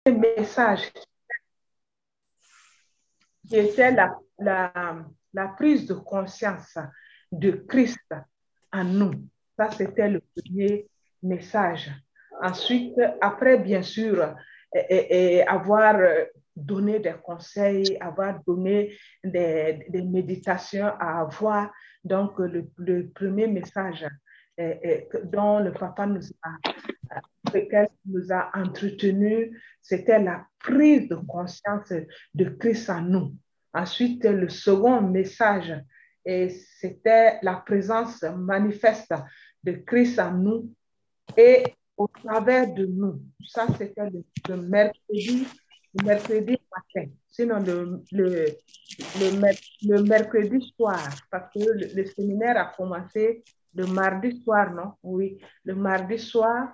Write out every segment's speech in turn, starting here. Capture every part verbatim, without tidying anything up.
message qui était la, la, la prise de conscience de Christ en nous. Ça, c'était le premier message. Ensuite, après, bien sûr, et, et avoir donné des conseils, avoir donné des, des méditations à avoir. Donc, le, le premier message et, et, dont le papa nous a, lequel nous a entretenu, c'était la prise de conscience de Christ en nous. Ensuite, le second message, et c'était la présence manifeste de Christ en nous et au travers de nous. Ça, c'était le, le mercredi, le mercredi matin. Sinon, le, le, le, le mercredi soir, parce que le, le séminaire a commencé le mardi soir, non? Oui, le mardi soir.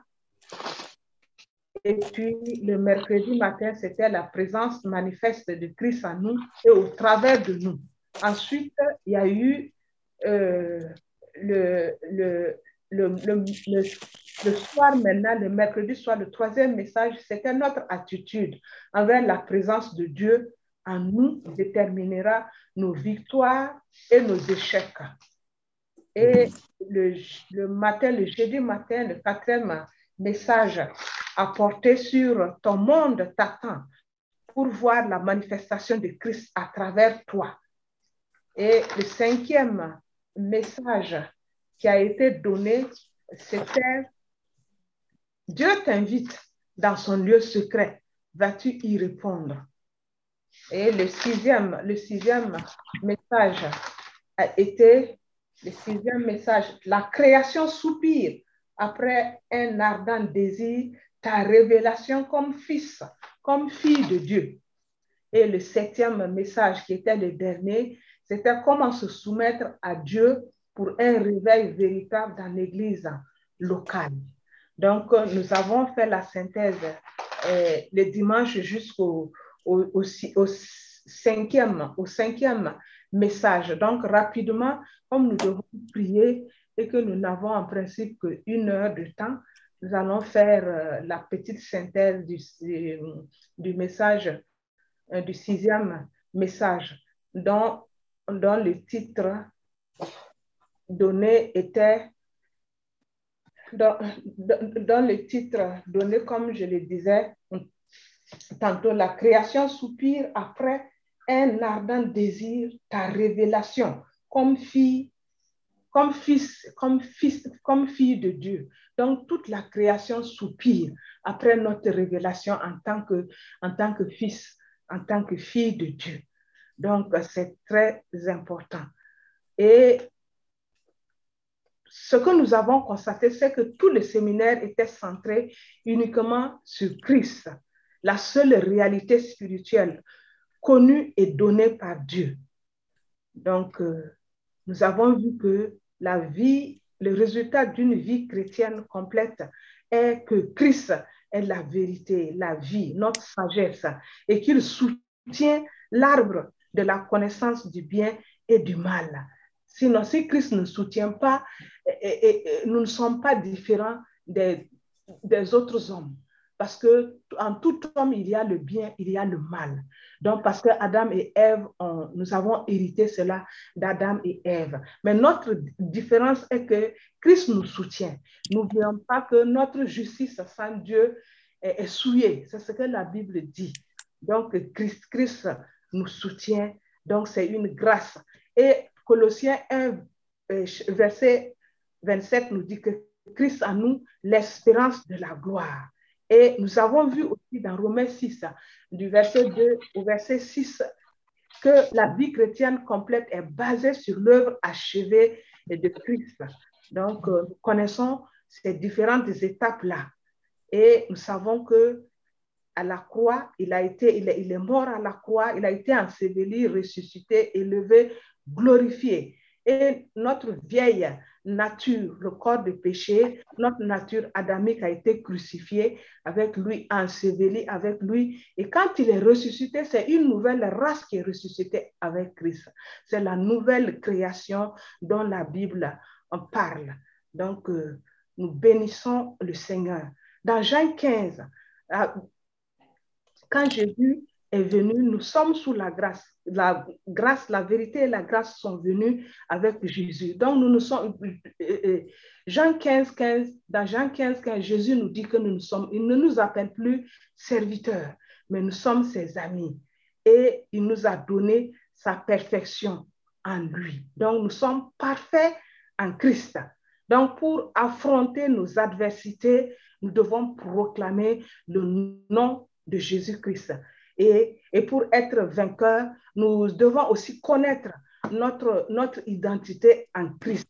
Et puis, le mercredi matin, c'était la présence manifeste de Christ en nous et au travers de nous. Ensuite, il y a eu euh, le, le, le, le, le, le soir maintenant, le mercredi soir, le troisième message, c'était notre attitude envers la présence de Dieu en nous déterminera nos victoires et nos échecs. Et le, le matin, le jeudi matin, le quatrième message à porter sur ton monde t'attend pour voir la manifestation de Christ à travers toi. Et le cinquième message qui a été donné, c'était Dieu t'invite dans son lieu secret. Vas-tu y répondre? Et le sixième, le sixième message a été, le sixième message, la création soupire après un ardent désir, ta révélation comme fils, comme fille de Dieu. Et le septième message, qui était le dernier, c'était comment se soumettre à Dieu pour un réveil véritable dans l'Église locale. Donc, nous avons fait la synthèse euh, le dimanche jusqu'au au, au, au, cinquième, au cinquième message. Donc, rapidement, comme nous devons prier et que nous n'avons en principe qu'une heure de temps, nous allons faire euh, la petite synthèse du, du, du message, euh, du sixième message, dont, dont le titre donné était Dans, dans le titre donné, comme je le disais tantôt, la création soupire après un ardent désir, ta révélation comme fille, comme fils, comme fils, comme fille de Dieu. Donc, toute la création soupire après notre révélation en tant que, en tant que fils, en tant que fille de Dieu. Donc, c'est très important. Et ce que nous avons constaté, c'est que tout le séminaire était centré uniquement sur Christ, la seule réalité spirituelle connue et donnée par Dieu. Donc, euh, nous avons vu que la vie, le résultat d'une vie chrétienne complète est que Christ est la vérité, la vie, notre sagesse, et qu'il soutient l'arbre de la connaissance du bien et du mal. Sinon, si Christ ne soutient pas, et, et, et, nous ne sommes pas différents des, des autres hommes. Parce qu'en tout homme, il y a le bien, il y a le mal. Donc, parce que Adam et Ève, on, nous avons hérité cela d'Adam et Ève. Mais notre différence est que Christ nous soutient. N'oublions pas que notre justice sans Dieu est, est souillée. C'est ce que la Bible dit. Donc, Christ, Christ nous soutient. Donc, c'est une grâce. Et Colossiens un, verset vingt-sept nous dit que Christ en nous, l'espérance de la gloire. Et nous avons vu aussi dans Romains six, du verset deux au verset six, que la vie chrétienne complète est basée sur l'œuvre achevée de Christ. Donc, euh, nous connaissons ces différentes étapes-là. Et nous savons que à la croix, il a été, il est, il est mort à la croix, il a été enseveli, ressuscité, élevé, glorifié. Et notre vieille nature, le corps de péché, notre nature adamique a été crucifiée avec lui, ensevelie avec lui. Et quand il est ressuscité, c'est une nouvelle race qui est ressuscitée avec Christ. C'est la nouvelle création dont la Bible en parle. Donc, euh, nous bénissons le Seigneur. Dans Jean quinze, quand Jésus est venu, nous sommes sous la grâce. La grâce, la vérité et la grâce sont venues avec Jésus. Donc, nous nous sommes... Jean quinze, quinze, dans Jean quinze, quinze, Jésus nous dit que nous, nous sommes... Il ne nous appelle plus serviteurs, mais nous sommes ses amis. Et il nous a donné sa perfection en lui. Donc, nous sommes parfaits en Christ. Donc, pour affronter nos adversités, nous devons proclamer le nom de Jésus-Christ. Et, et pour être vainqueurs, nous devons aussi connaître notre, notre identité en Christ.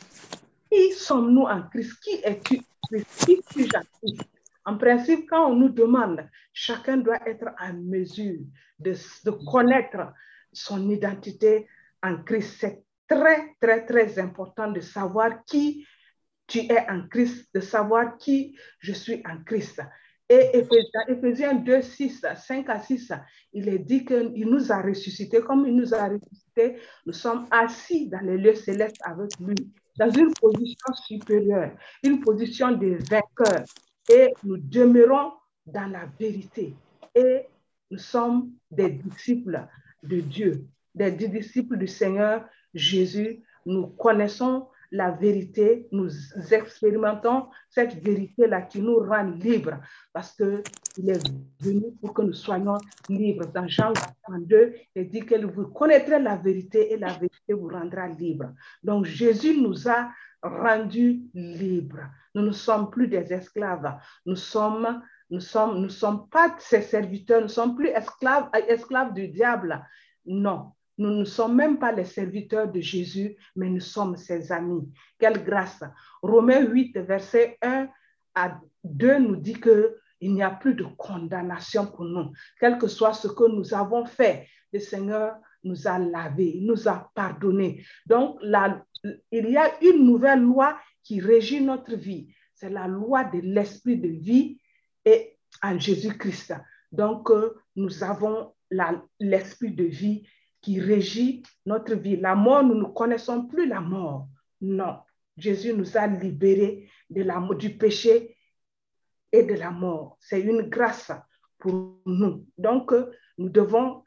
Qui sommes-nous en Christ? Qui es-tu en Christ? Qui suis-je en Christ? En principe, quand on nous demande, chacun doit être en mesure de, de connaître son identité en Christ. C'est très, très, très important de savoir qui tu es en Christ, de savoir qui je suis en Christ. Et Éphésiens deux, six, cinq à six, il est dit qu'il nous a ressuscités. Comme il nous a ressuscités, nous sommes assis dans les lieux célestes avec lui, dans une position supérieure, une position de vainqueur. Et nous demeurons dans la vérité. Et nous sommes des disciples de Dieu, des disciples du Seigneur Jésus. Nous connaissons la vérité, nous expérimentons cette vérité-là qui nous rend libres parce qu'il est venu pour que nous soyons libres. Dans Jean trente-deux, il dit que vous connaîtrez la vérité et la vérité vous rendra libres. Donc Jésus nous a rendus libres. Nous ne sommes plus des esclaves. Nous sommes, nous sommes, nous sommes pas ses serviteurs. Nous ne sommes plus esclaves, esclaves du diable. Non. Nous ne sommes même pas les serviteurs de Jésus, mais nous sommes ses amis. Quelle grâce! Romains huit, verset un à deux nous dit qu'il n'y a plus de condamnation pour nous. Quel que soit ce que nous avons fait, le Seigneur nous a lavés, il nous a pardonnés. Donc, la, il y a une nouvelle loi qui régit notre vie. C'est la loi de l'esprit de vie et en Jésus-Christ. Donc, nous avons l'esprit de vie qui régit notre vie. La mort, nous ne connaissons plus la mort. Non. Jésus nous a libérés de la, du péché et de la mort. C'est une grâce pour nous. Donc, nous devons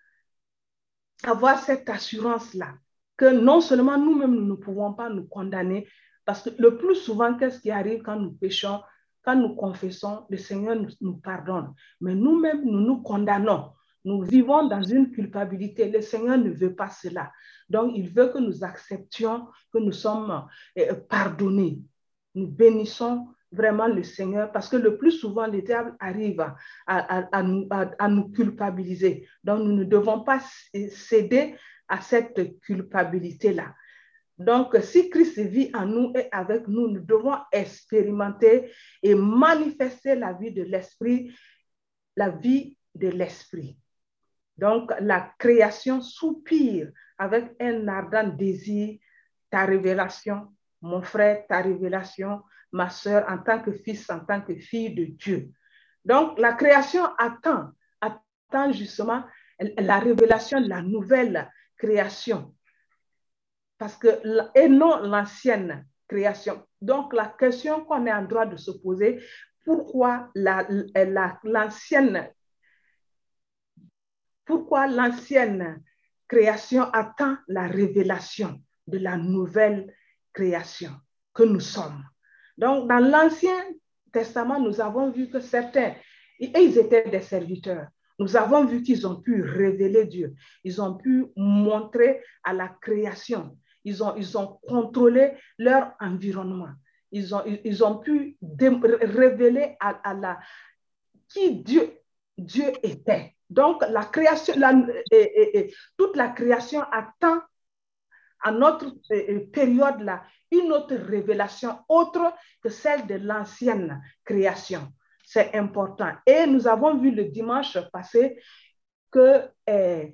avoir cette assurance-là que non seulement nous-mêmes, nous ne pouvons pas nous condamner, parce que le plus souvent, qu'est-ce qui arrive quand nous péchons, quand nous confessons, le Seigneur nous, nous pardonne. Mais nous-mêmes, nous nous condamnons. Nous vivons dans une culpabilité. Le Seigneur ne veut pas cela. Donc, il veut que nous acceptions que nous sommes euh, pardonnés. Nous bénissons vraiment le Seigneur parce que le plus souvent, le diable arrive à, à, à, nous, à, à nous culpabiliser. Donc, nous ne devons pas céder à cette culpabilité-là. Donc, si Christ vit en nous et avec nous, nous devons expérimenter et manifester la vie de l'esprit, la vie de l'esprit. Donc, la création soupire avec un ardent désir, ta révélation, mon frère, ta révélation, ma soeur, en tant que fils, en tant que fille de Dieu. Donc, la création attend, attend justement la révélation de la nouvelle création. Parce que, et non l'ancienne création. Donc, la question qu'on est en droit de se poser, pourquoi la, la, l'ancienne Pourquoi l'ancienne création attend la révélation de la nouvelle création que nous sommes. Donc, dans l'Ancien Testament, nous avons vu que certains, ils étaient des serviteurs. Nous avons vu qu'ils ont pu révéler Dieu. Ils ont pu montrer à la création. Ils ont, ils ont contrôlé leur environnement. Ils ont, ils ont pu révéler à, à la, qui Dieu, Dieu était. Donc, la création, la, et, et, et, toute la création attend à notre période-là une autre révélation autre que celle de l'ancienne création. C'est important. Et nous avons vu le dimanche passé que eh,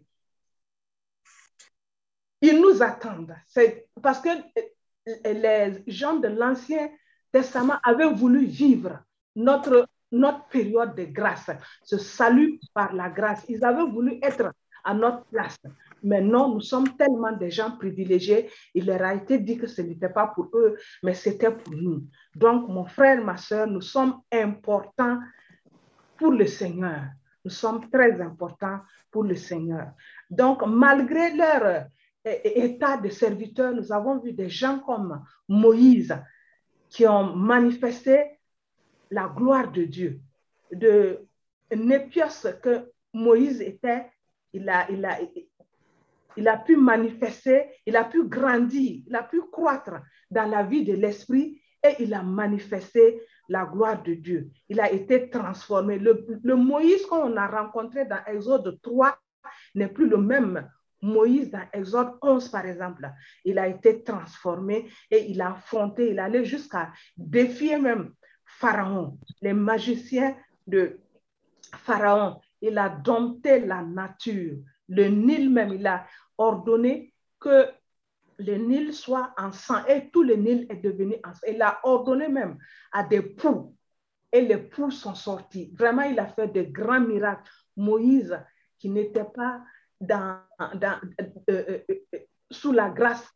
ils nous attendent. C'est parce que les gens de l'Ancien Testament avaient voulu vivre notre notre période de grâce, ce salut par la grâce. Ils avaient voulu être à notre place. Mais non, nous sommes tellement des gens privilégiés. Il leur a été dit que ce n'était pas pour eux, mais c'était pour nous. Donc, mon frère, ma soeur, nous sommes importants pour le Seigneur. nous sommes très importants pour le Seigneur. Donc, malgré leur état de serviteur, nous avons vu des gens comme Moïse qui ont manifesté la gloire de Dieu. De Népios que Moïse était, il a, il, a, il a pu manifester, il a pu grandir, il a pu croître dans la vie de l'esprit et il a manifesté la gloire de Dieu. Il a été transformé. Le, le Moïse qu'on a rencontré dans Exode trois n'est plus le même Moïse dans Exode onze, par exemple. Il a été transformé et il a affronté, il allait jusqu'à défier même Pharaon, les magiciens de Pharaon. Il a dompté la nature. Le Nil même, il a ordonné que le Nil soit en sang et tout le Nil est devenu en sang. Il a ordonné même à des poux et les poux sont sortis. Vraiment, il a fait de grands miracles. Moïse, qui n'était pas dans, dans, euh, euh, sous la grâce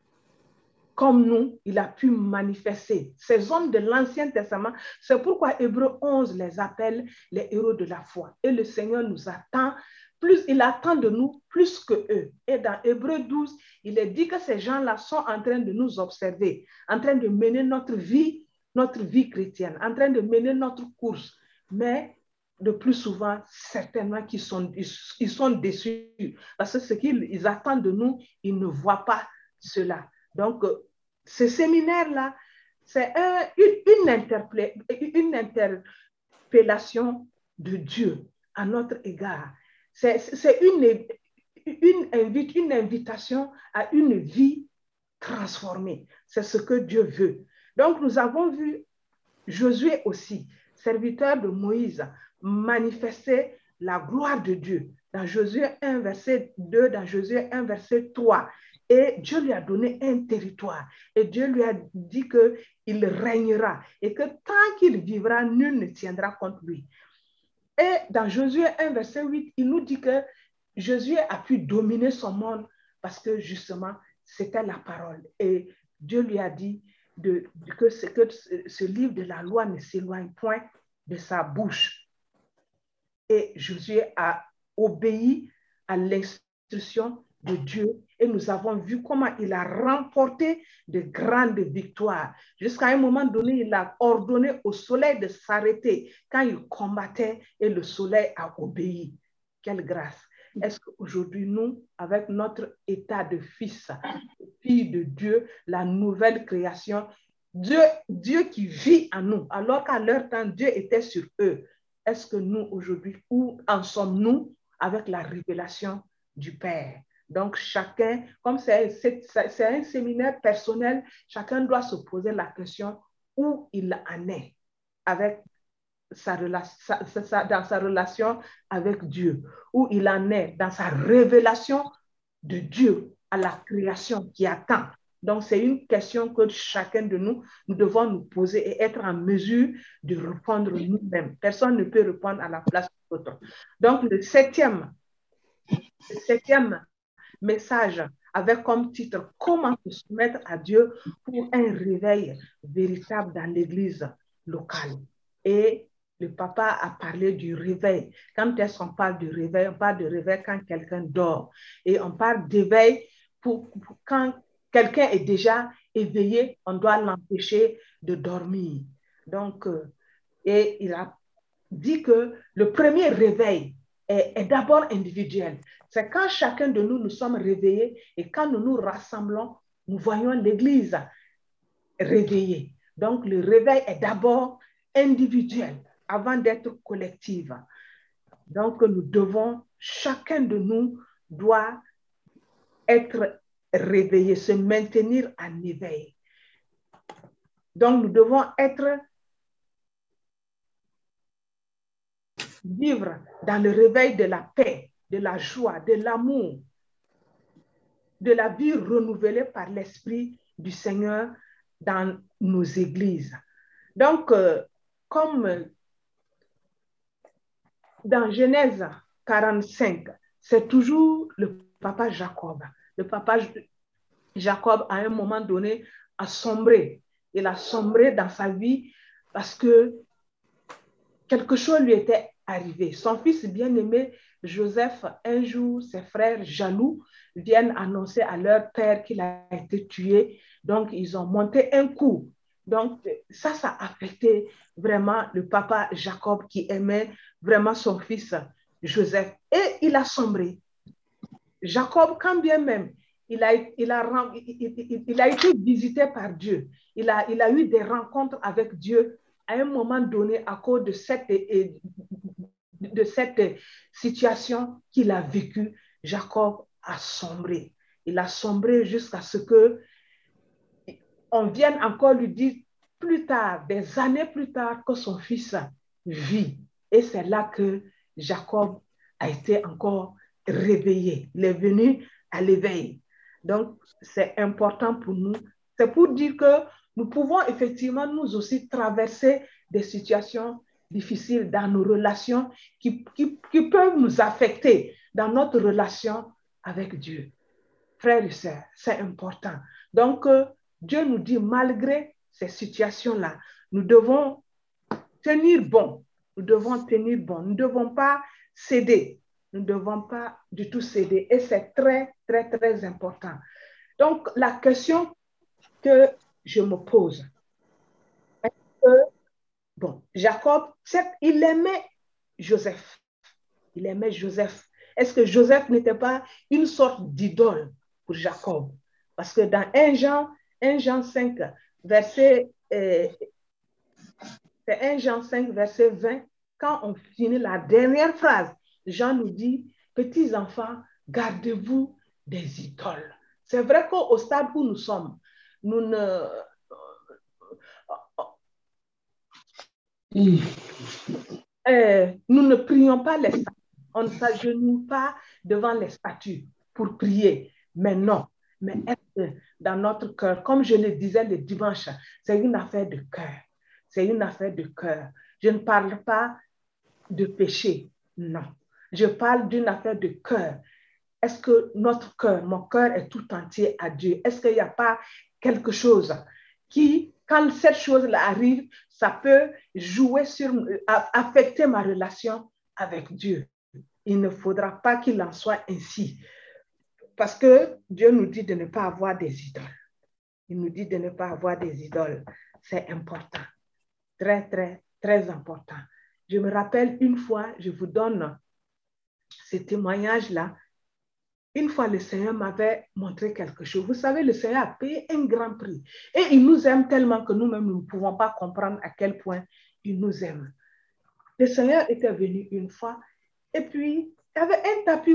comme nous, il a pu manifester. Ces hommes de l'Ancien Testament, c'est pourquoi Hébreux onze les appelle les héros de la foi. Et le Seigneur nous attend, plus il attend de nous plus que eux. Et dans Hébreux douze, il est dit que ces gens-là sont en train de nous observer, en train de mener notre vie, notre vie chrétienne, en train de mener notre course. Mais de plus souvent, certainement qu'ils sont, ils sont déçus parce que ce qu'ils attendent de nous, ils ne voient pas cela. Donc, ce séminaire-là, c'est un, une, une, une interpellation de Dieu à notre égard. C'est une, une, invite, une invitation à une vie transformée. C'est ce que Dieu veut. Donc, nous avons vu Josué aussi, serviteur de Moïse, manifester la gloire de Dieu. Dans Josué un, verset deux, dans Josué un, verset trois. Et Dieu lui a donné un territoire. Et Dieu lui a dit qu'il régnera. Et que tant qu'il vivra, nul ne tiendra contre lui. Et dans Josué un, verset huit, il nous dit que Josué a pu dominer son monde parce que justement, c'était la parole. Et Dieu lui a dit de, de, que, ce, que ce livre de la loi ne s'éloigne point de sa bouche. Et Josué a obéi à l'instruction de Dieu et nous avons vu comment il a remporté de grandes victoires. Jusqu'à un moment donné, il a ordonné au soleil de s'arrêter quand il combattait et le soleil a obéi. Quelle grâce! Est-ce qu'aujourd'hui, nous, avec notre état de fils, fille de Dieu, la nouvelle création, Dieu, Dieu qui vit en nous, alors qu'à leur temps, Dieu était sur eux, est-ce que nous, aujourd'hui, où en sommes-nous avec la révélation du Père? Donc, chacun, comme c'est un séminaire personnel, chacun doit se poser la question où il en est avec sa relation, sa, sa, dans sa relation avec Dieu, où il en est dans sa révélation de Dieu à la création qui attend. Donc, c'est une question que chacun de nous, nous devons nous poser et être en mesure de répondre nous-mêmes. Personne ne peut répondre à la place de l'autre. Donc, le septième, le septième message avec comme titre « Comment se soumettre à Dieu pour un réveil véritable dans l'église locale ». Et le papa a parlé du réveil. Quand est-ce qu'on parle de réveil? On parle de réveil quand quelqu'un dort. Et on parle d'éveil pour, pour quand quelqu'un est déjà éveillé, on doit l'empêcher de dormir. Donc, euh, et il a dit que le premier réveil est, est d'abord individuel. C'est quand chacun de nous, nous sommes réveillés et quand nous nous rassemblons, nous voyons l'Église réveillée. Donc, le réveil est d'abord individuel avant d'être collectif. Donc, nous devons, chacun de nous doit être réveillé, se maintenir en éveil. Donc, nous devons être, vivre dans le réveil de la paix, de la joie, de l'amour, de la vie renouvelée par l'Esprit du Seigneur dans nos églises. Donc, euh, comme dans Genèse quarante-cinq, c'est toujours le papa Jacob. Le papa Jacob, à un moment donné, a sombré. Il a sombré dans sa vie parce que quelque chose lui était arrivé. Son fils bien-aimé, Joseph, un jour, ses frères jaloux viennent annoncer à leur père qu'il a été tué. Donc, ils ont monté un coup. Donc, ça, ça a affecté vraiment le papa Jacob qui aimait vraiment son fils Joseph. Et il a sombré. Jacob, quand bien même, il a, il a, il, il a été visité par Dieu. Il a, il a eu des rencontres avec Dieu à un moment donné à cause de cette, de cette situation qu'il a vécue. Jacob a sombré. Il a sombré jusqu'à ce que on vienne encore lui dire plus tard, des années plus tard, que son fils vit. Et c'est là que Jacob a été encore réveillé. Il est venu à l'éveil. Donc, c'est important pour nous. C'est pour dire que nous pouvons effectivement nous aussi traverser des situations difficiles dans nos relations qui, qui, qui peuvent nous affecter dans notre relation avec Dieu. Frères et sœurs, c'est important. Donc, euh, Dieu nous dit, malgré ces situations-là, nous devons tenir bon. Nous devons tenir bon. Nous ne devons pas céder. Nous ne devons pas du tout céder. Et c'est très, très, très important. Donc, la question que je me pose, est-ce que, bon, Jacob, certes, il aimait Joseph. Il aimait Joseph. Est-ce que Joseph n'était pas une sorte d'idole pour Jacob? Parce que dans un Jean, un Jean cinq, verset, euh, c'est un Jean cinq, verset vingt, quand on finit la dernière phrase, Jean nous dit, petits enfants, gardez-vous des idoles. C'est vrai qu'au stade où nous sommes, nous ne, euh, nous ne prions pas les statues. On ne s'agenouille pas devant les statues pour prier. Mais non. Mais est-ce que dans notre cœur, comme je le disais le dimanche, c'est une affaire de cœur. C'est une affaire de cœur. Je ne parle pas de péché. Non. Je parle d'une affaire de cœur. Est-ce que notre cœur, mon cœur est tout entier à Dieu? Est-ce qu'il n'y a pas quelque chose qui, quand cette chose-là arrive, ça peut jouer sur, affecter ma relation avec Dieu? Il ne faudra pas qu'il en soit ainsi. Parce que Dieu nous dit de ne pas avoir des idoles. Il nous dit de ne pas avoir des idoles. C'est important. Très, très, très important. Je me rappelle une fois, je vous donne ce témoignage-là. Une fois, le Seigneur m'avait montré quelque chose. Vous savez, le Seigneur a payé un grand prix. Et il nous aime tellement que nous-mêmes, nous ne pouvons pas comprendre à quel point il nous aime. Le Seigneur était venu une fois et puis il y avait un tapis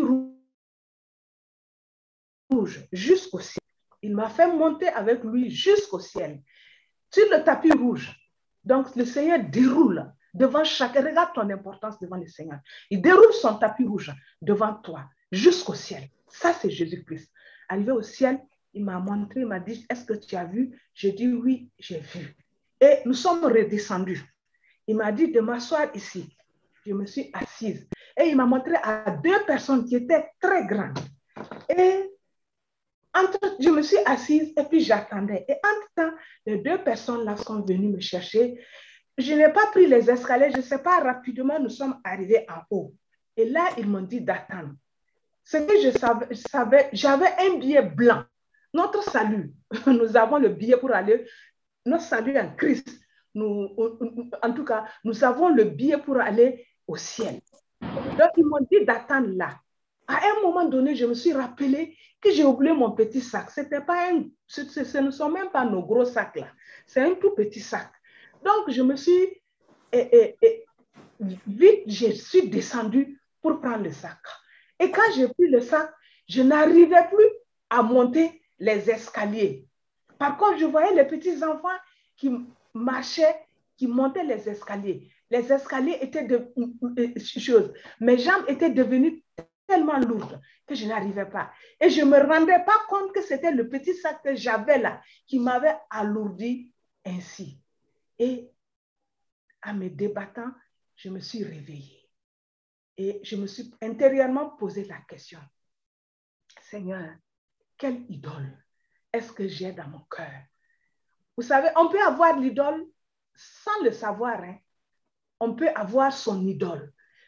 rouge jusqu'au ciel. Il m'a fait monter avec lui jusqu'au ciel, sur le tapis rouge. Donc, le Seigneur déroule devant chacun. Regarde ton importance devant le Seigneur. Il déroule son tapis rouge devant toi jusqu'au ciel. Ça, c'est Jésus-Christ. Arrivé au ciel, il m'a montré, il m'a dit, est-ce que tu as vu? J'ai dit, oui, j'ai vu. Et nous sommes redescendus. Il m'a dit de m'asseoir ici. Je me suis assise. Et il m'a montré à deux personnes qui étaient très grandes. Et entre, je me suis assise et puis j'attendais. Et entre-temps, les deux personnes-là sont venues me chercher. Je n'ai pas pris les escaliers, je ne sais pas, rapidement, nous sommes arrivés en haut. Et là, ils m'ont dit d'attendre. Ce que je savais, je savais, j'avais un billet blanc. Notre salut, nous avons le billet pour aller, notre salut en Christ. Nous, en tout cas, nous avons le billet pour aller au ciel. Donc, ils m'ont dit d'attendre là. À un moment donné, je me suis rappelé que j'ai oublié mon petit sac. C'était pas un, ce, ce, ce ne sont même pas nos gros sacs là. C'est un tout petit sac. Donc, je me suis, et, et, et, vite, je suis descendue pour prendre le sac. Et quand j'ai pris le sac, je n'arrivais plus à monter les escaliers. Par contre, je voyais les petits enfants qui marchaient, qui montaient les escaliers. Les escaliers étaient de choses. Mes jambes étaient devenues tellement lourdes que je n'arrivais pas. Et je ne me rendais pas compte que c'était le petit sac que j'avais là qui m'avait alourdi ainsi. Et en me débattant, je me suis réveillée. Et je me suis intérieurement posé la question. Seigneur, quelle idole est-ce que j'ai dans mon cœur? Vous savez, on peut avoir l'idole sans le savoir. Hein? On peut avoir son idole.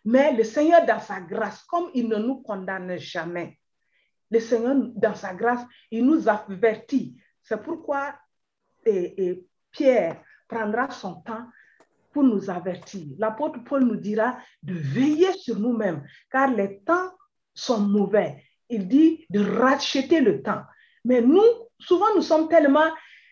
Mais le Seigneur, dans sa grâce, comme il ne nous condamne jamais, le Seigneur, dans sa grâce, il nous avertit. C'est pourquoi et, et Pierre prendra son temps pour nous avertir. L'apôtre Paul nous dira de veiller sur nous-mêmes, car les temps sont mauvais. Il dit de racheter le temps. Mais nous, souvent, nous sommes tellement...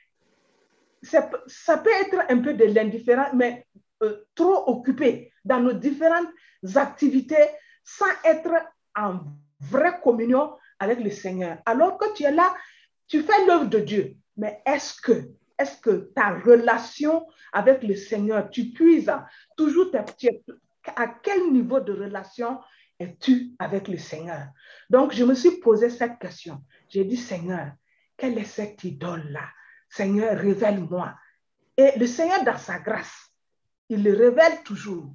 Ça, ça peut être un peu de l'indifférence, mais euh, trop occupés dans nos différentes activités sans être en vraie communion avec le Seigneur. Alors que tu es là, tu fais l'œuvre de Dieu. Mais est-ce que, est-ce que ta relation avec le Seigneur, tu puises toujours, à quel niveau de relation es-tu avec le Seigneur? Donc, je me suis posé cette question. J'ai dit, Seigneur, quelle est cette idole-là? Seigneur, révèle-moi. Et le Seigneur, dans sa grâce, il le révèle toujours.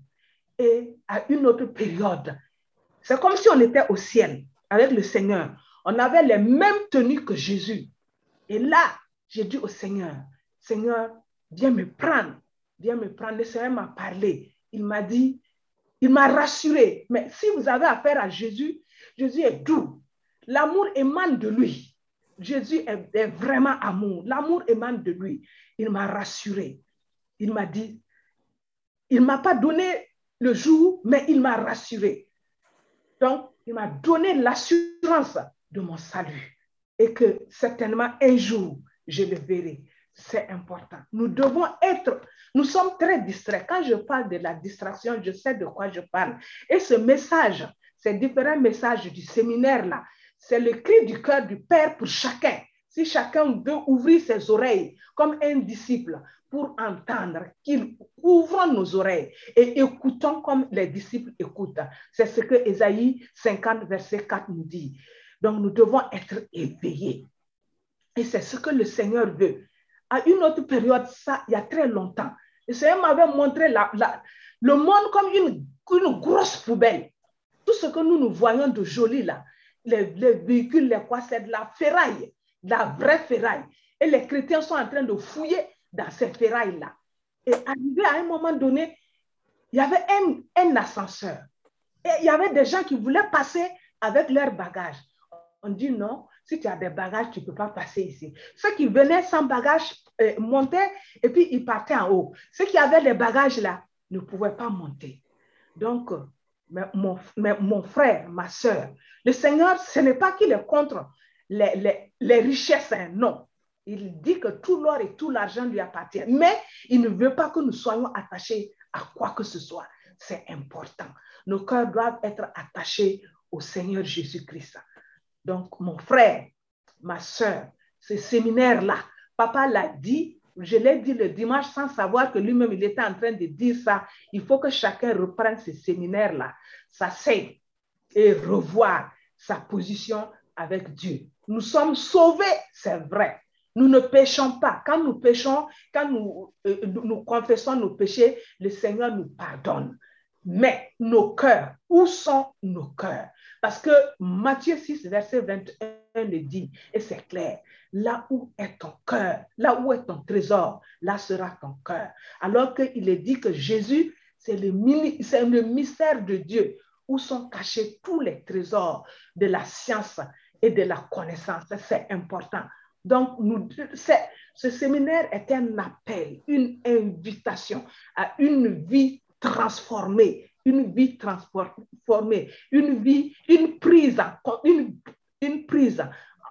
Et à une autre période, c'est comme si on était au ciel avec le Seigneur. On avait les mêmes tenues que Jésus. Et là, j'ai dit au Seigneur, Seigneur, viens me prendre. Viens me prendre. Le Seigneur m'a parlé. Il m'a dit, il m'a rassuré. Mais si vous avez affaire à Jésus, Jésus est doux. L'amour émane de lui. Jésus est, est vraiment amour. L'amour émane de lui. Il m'a rassuré. Il m'a dit, il ne m'a pas donné le jour, mais il m'a rassuré. Donc, il m'a donné l'assurance de mon salut. Et que certainement un jour, je le verrai. C'est important. Nous devons être, nous sommes très distraits. Quand je parle de la distraction, je sais de quoi je parle. Et ce message, ces différents messages du séminaire là, c'est le cri du cœur du Père pour chacun. Si chacun veut ouvrir ses oreilles comme un disciple pour entendre, qu'il ouvre nos oreilles et écoutons comme les disciples écoutent. C'est ce que Ésaïe cinquante, verset quatre nous dit. Donc, nous devons être éveillés. Et c'est ce que le Seigneur veut. À une autre période, ça, il y a très longtemps, le Seigneur m'avait montré la, la, le monde comme une, une grosse poubelle. Tout ce que nous nous voyons de joli là, les, les véhicules, les quoi, c'est de la ferraille, de la vraie ferraille. Et les chrétiens sont en train de fouiller dans ces ferrailles-là. Et arrivé à un moment donné, il y avait un, un ascenseur. Et il y avait des gens qui voulaient passer avec leurs bagages. On dit non, si tu as des bagages, tu ne peux pas passer ici. Ceux qui venaient sans bagages euh, montaient et puis ils partaient en haut. Ceux qui avaient des bagages là ne pouvaient pas monter. Donc, mais mon, mais mon frère, ma soeur, le Seigneur, ce n'est pas qu'il est contre les, les, les richesses, hein, non. Il dit que tout l'or et tout l'argent lui appartiennent. Mais il ne veut pas que nous soyons attachés à quoi que ce soit. C'est important. Nos cœurs doivent être attachés au Seigneur Jésus-Christ. Donc, mon frère, ma soeur, ce séminaire-là, papa l'a dit, je l'ai dit le dimanche sans savoir que lui-même, il était en train de dire ça. Il faut que chacun reprenne ce séminaire-là, s'asseye et revoir sa position avec Dieu. Nous sommes sauvés, c'est vrai. Nous ne péchons pas. Quand nous péchons, quand nous, euh, nous confessons nos péchés, le Seigneur nous pardonne. Mais nos cœurs, où sont nos cœurs? Parce que Matthieu six, verset vingt et un le dit, et c'est clair, là où est ton cœur, là où est ton trésor, là sera ton cœur. Alors qu'il est dit que Jésus, c'est le, c'est le mystère de Dieu, où sont cachés tous les trésors de la science et de la connaissance. C'est important. Donc, nous, ce séminaire est un appel, une invitation à une vie transformée, une vie transformée, une vie, une prise, une, une prise,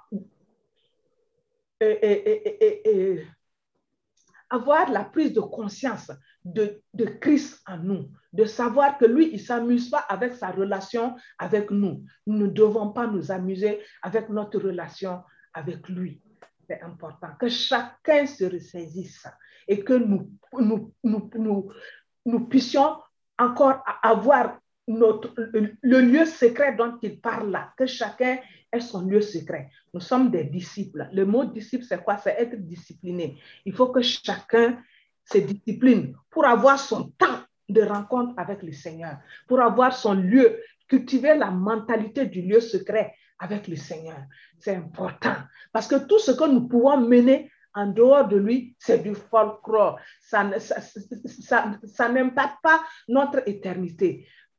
et, et, et, et, avoir la prise de conscience de, de Christ en nous, de savoir que lui, il ne s'amuse pas avec sa relation avec nous. Nous ne devons pas nous amuser avec notre relation avec lui. C'est important que chacun se ressaisisse et que nous, nous, nous, nous, nous puissions encore avoir notre, le, le lieu secret dont il parle là, que chacun ait son lieu secret. Nous sommes des disciples. Le mot disciple, c'est quoi? C'est être discipliné. Il faut que chacun se discipline pour avoir son temps de rencontre avec le Seigneur, pour avoir son lieu, cultiver la mentalité du lieu secret avec le Seigneur. C'est important parce que tout ce que nous pouvons mener en dehors de lui, c'est du folklore. Ça, ça, ça, ça n'impacte pas notre éternité.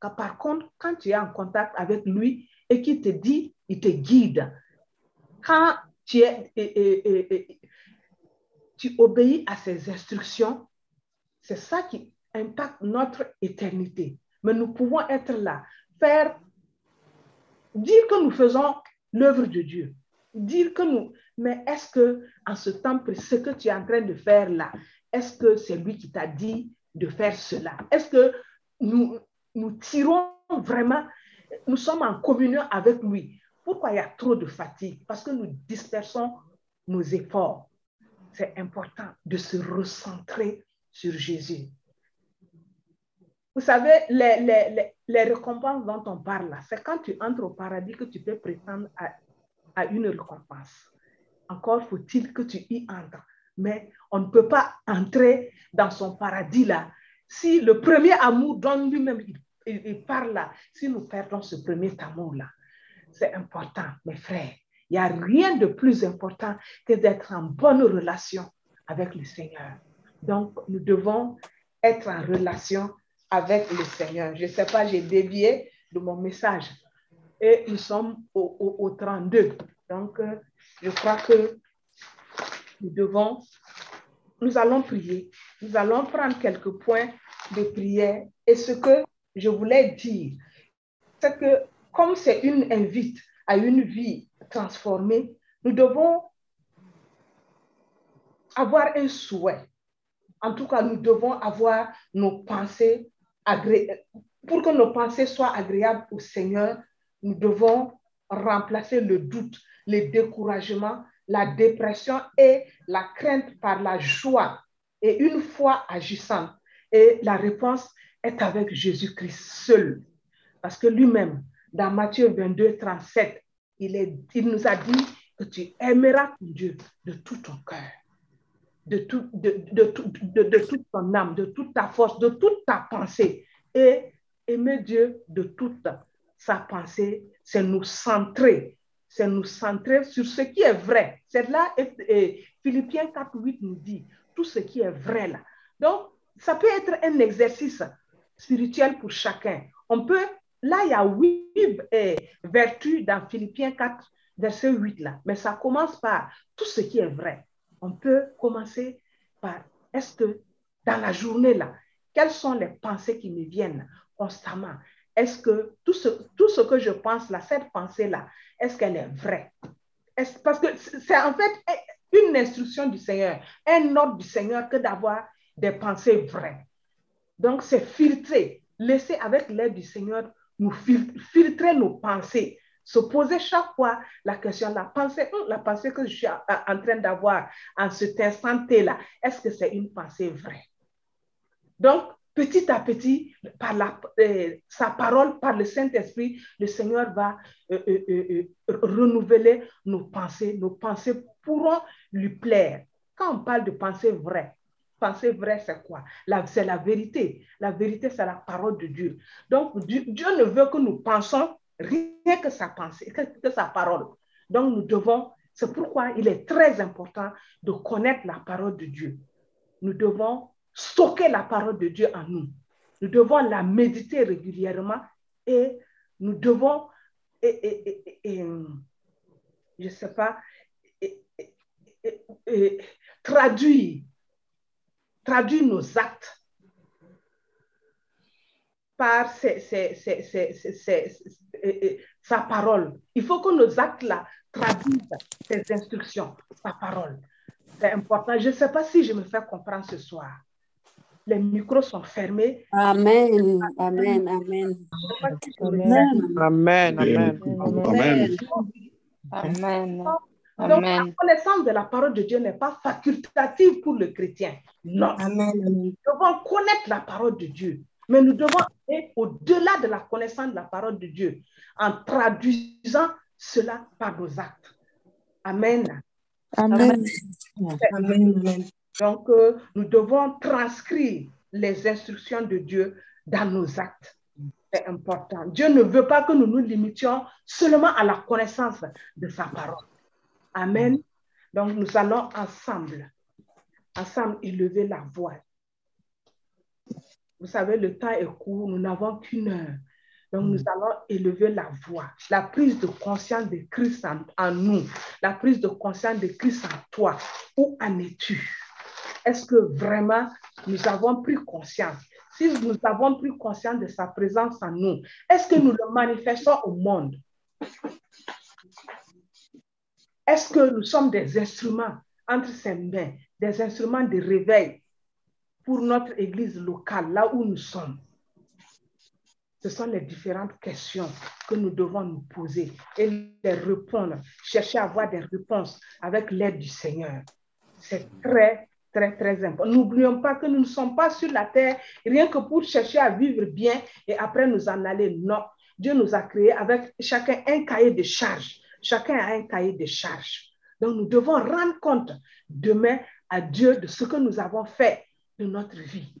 Car par contre, quand tu es en contact avec lui et qu'il te dit, il te guide. Quand tu, es, et, et, et, tu obéis à ses instructions, c'est ça qui impacte notre éternité. Mais nous pouvons être là, faire, dire que nous faisons l'œuvre de Dieu. Dire que nous, mais est-ce que en ce temps, ce que tu es en train de faire là, est-ce que c'est lui qui t'a dit de faire cela? Est-ce que nous, nous tirons vraiment, nous sommes en communion avec lui? Pourquoi il y a trop de fatigue? Parce que nous dispersons nos efforts. C'est important de se recentrer sur Jésus. Vous savez, les, les, les, les récompenses dont on parle là, c'est quand tu entres au paradis que tu peux prétendre à, à une récompense. Encore faut-il que tu y entres. Mais on ne peut pas entrer dans son paradis là. Si le premier amour dont lui-même il, il, il parle là, si nous perdons ce premier amour là, c'est important, mes frères. Il n'y a rien de plus important que d'être en bonne relation avec le Seigneur. Donc, nous devons être en relation avec le Seigneur. Je ne sais pas, j'ai dévié de mon message. Et nous sommes au, au, au trente-deux. Donc, euh, je crois que nous devons, nous allons prier. Nous allons prendre quelques points de prière. Et ce que je voulais dire, c'est que comme c'est une invite à une vie transformée, nous devons avoir un souhait. En tout cas, nous devons avoir nos pensées agréables. Pour que nos pensées soient agréables au Seigneur, nous devons remplacer le doute, le découragement, la dépression et la crainte par la joie et une foi agissante. Et la réponse est avec Jésus-Christ seul. Parce que lui-même, dans Matthieu vingt-deux, trente-sept, il, est, il nous a dit que tu aimeras ton Dieu de tout ton cœur, de, tout, de, de, de, de toute ton âme, de toute ta force, de toute ta pensée. Et aimer Dieu de toute sa pensée, c'est nous centrer, c'est nous centrer sur ce qui est vrai. C'est là, et, et Philippiens quatre, huit nous dit, tout ce qui est vrai là. Donc, ça peut être un exercice spirituel pour chacun. On peut, là, il y a huit eh, vertus dans Philippiens quatre, verset huit là, mais ça commence par tout ce qui est vrai. On peut commencer par, est-ce que dans la journée là, quelles sont les pensées qui me viennent constamment? Est-ce que tout ce, tout ce que je pense là, cette pensée-là, est-ce qu'elle est vraie? Est-ce, parce que c'est en fait une instruction du Seigneur, un ordre du Seigneur que d'avoir des pensées vraies. Donc, c'est filtrer, laisser avec l'aide du Seigneur nous fil- filtrer nos pensées, se poser chaque fois la question, la pensée, la pensée que je suis en train d'avoir en cet instant-là, est-ce que c'est une pensée vraie? Donc, petit à petit, par la, euh, sa parole, par le Saint-Esprit, le Seigneur va euh, euh, euh, renouveler nos pensées. Nos pensées pourront lui plaire. Quand on parle de pensée vraie, pensée vraie, c'est quoi? La, c'est la vérité. La vérité, c'est la parole de Dieu. Donc, Dieu, Dieu ne veut que nous pensons rien que sa pensée, que, que sa parole. Donc, nous devons, c'est pourquoi il est très important de connaître la parole de Dieu. Nous devons stocker la parole de Dieu en nous. Nous devons la méditer régulièrement et nous devons, et, et, et, et, je ne sais pas, et, et, et, et, traduire, traduire nos actes par ses, ses, ses, ses, ses, ses, ses, sa parole. Il faut que nos actes-là traduisent ses instructions, sa parole. C'est important. Je ne sais pas si je me fais comprendre ce soir. Les micros sont fermés. Amen, amen, amen. Amen. Amen, amen. Amen. Amen. Donc, la connaissance de la parole de Dieu n'est pas facultative pour le chrétien. Non. Amen. Nous devons connaître la parole de Dieu. Mais nous devons aller au-delà de la connaissance de la parole de Dieu en traduisant cela par nos actes. Amen. Amen. Amen. Amen. Donc, euh, nous devons transcrire les instructions de Dieu dans nos actes. C'est important. Dieu ne veut pas que nous nous limitions seulement à la connaissance de sa parole. Amen. Donc, nous allons ensemble, ensemble élever la voix. Vous savez, le temps est court, nous n'avons qu'une heure. Donc, nous allons élever la voix, la prise de conscience de Christ en, en nous, la prise de conscience de Christ en toi. Où en es-tu? Est-ce que vraiment nous avons pris conscience? Si nous avons pris conscience de sa présence en nous, est-ce que nous le manifestons au monde? Est-ce que nous sommes des instruments entre ses mains, des instruments de réveil pour notre église locale, là où nous sommes? Ce sont les différentes questions que nous devons nous poser et les répondre, chercher à avoir des réponses avec l'aide du Seigneur. C'est très, très, très important. N'oublions pas que nous ne sommes pas sur la terre rien que pour chercher à vivre bien et après nous en aller. Non, Dieu nous a créés avec chacun un cahier de charges. Chacun a un cahier de charges. Donc, nous devons rendre compte demain à Dieu de ce que nous avons fait de notre vie.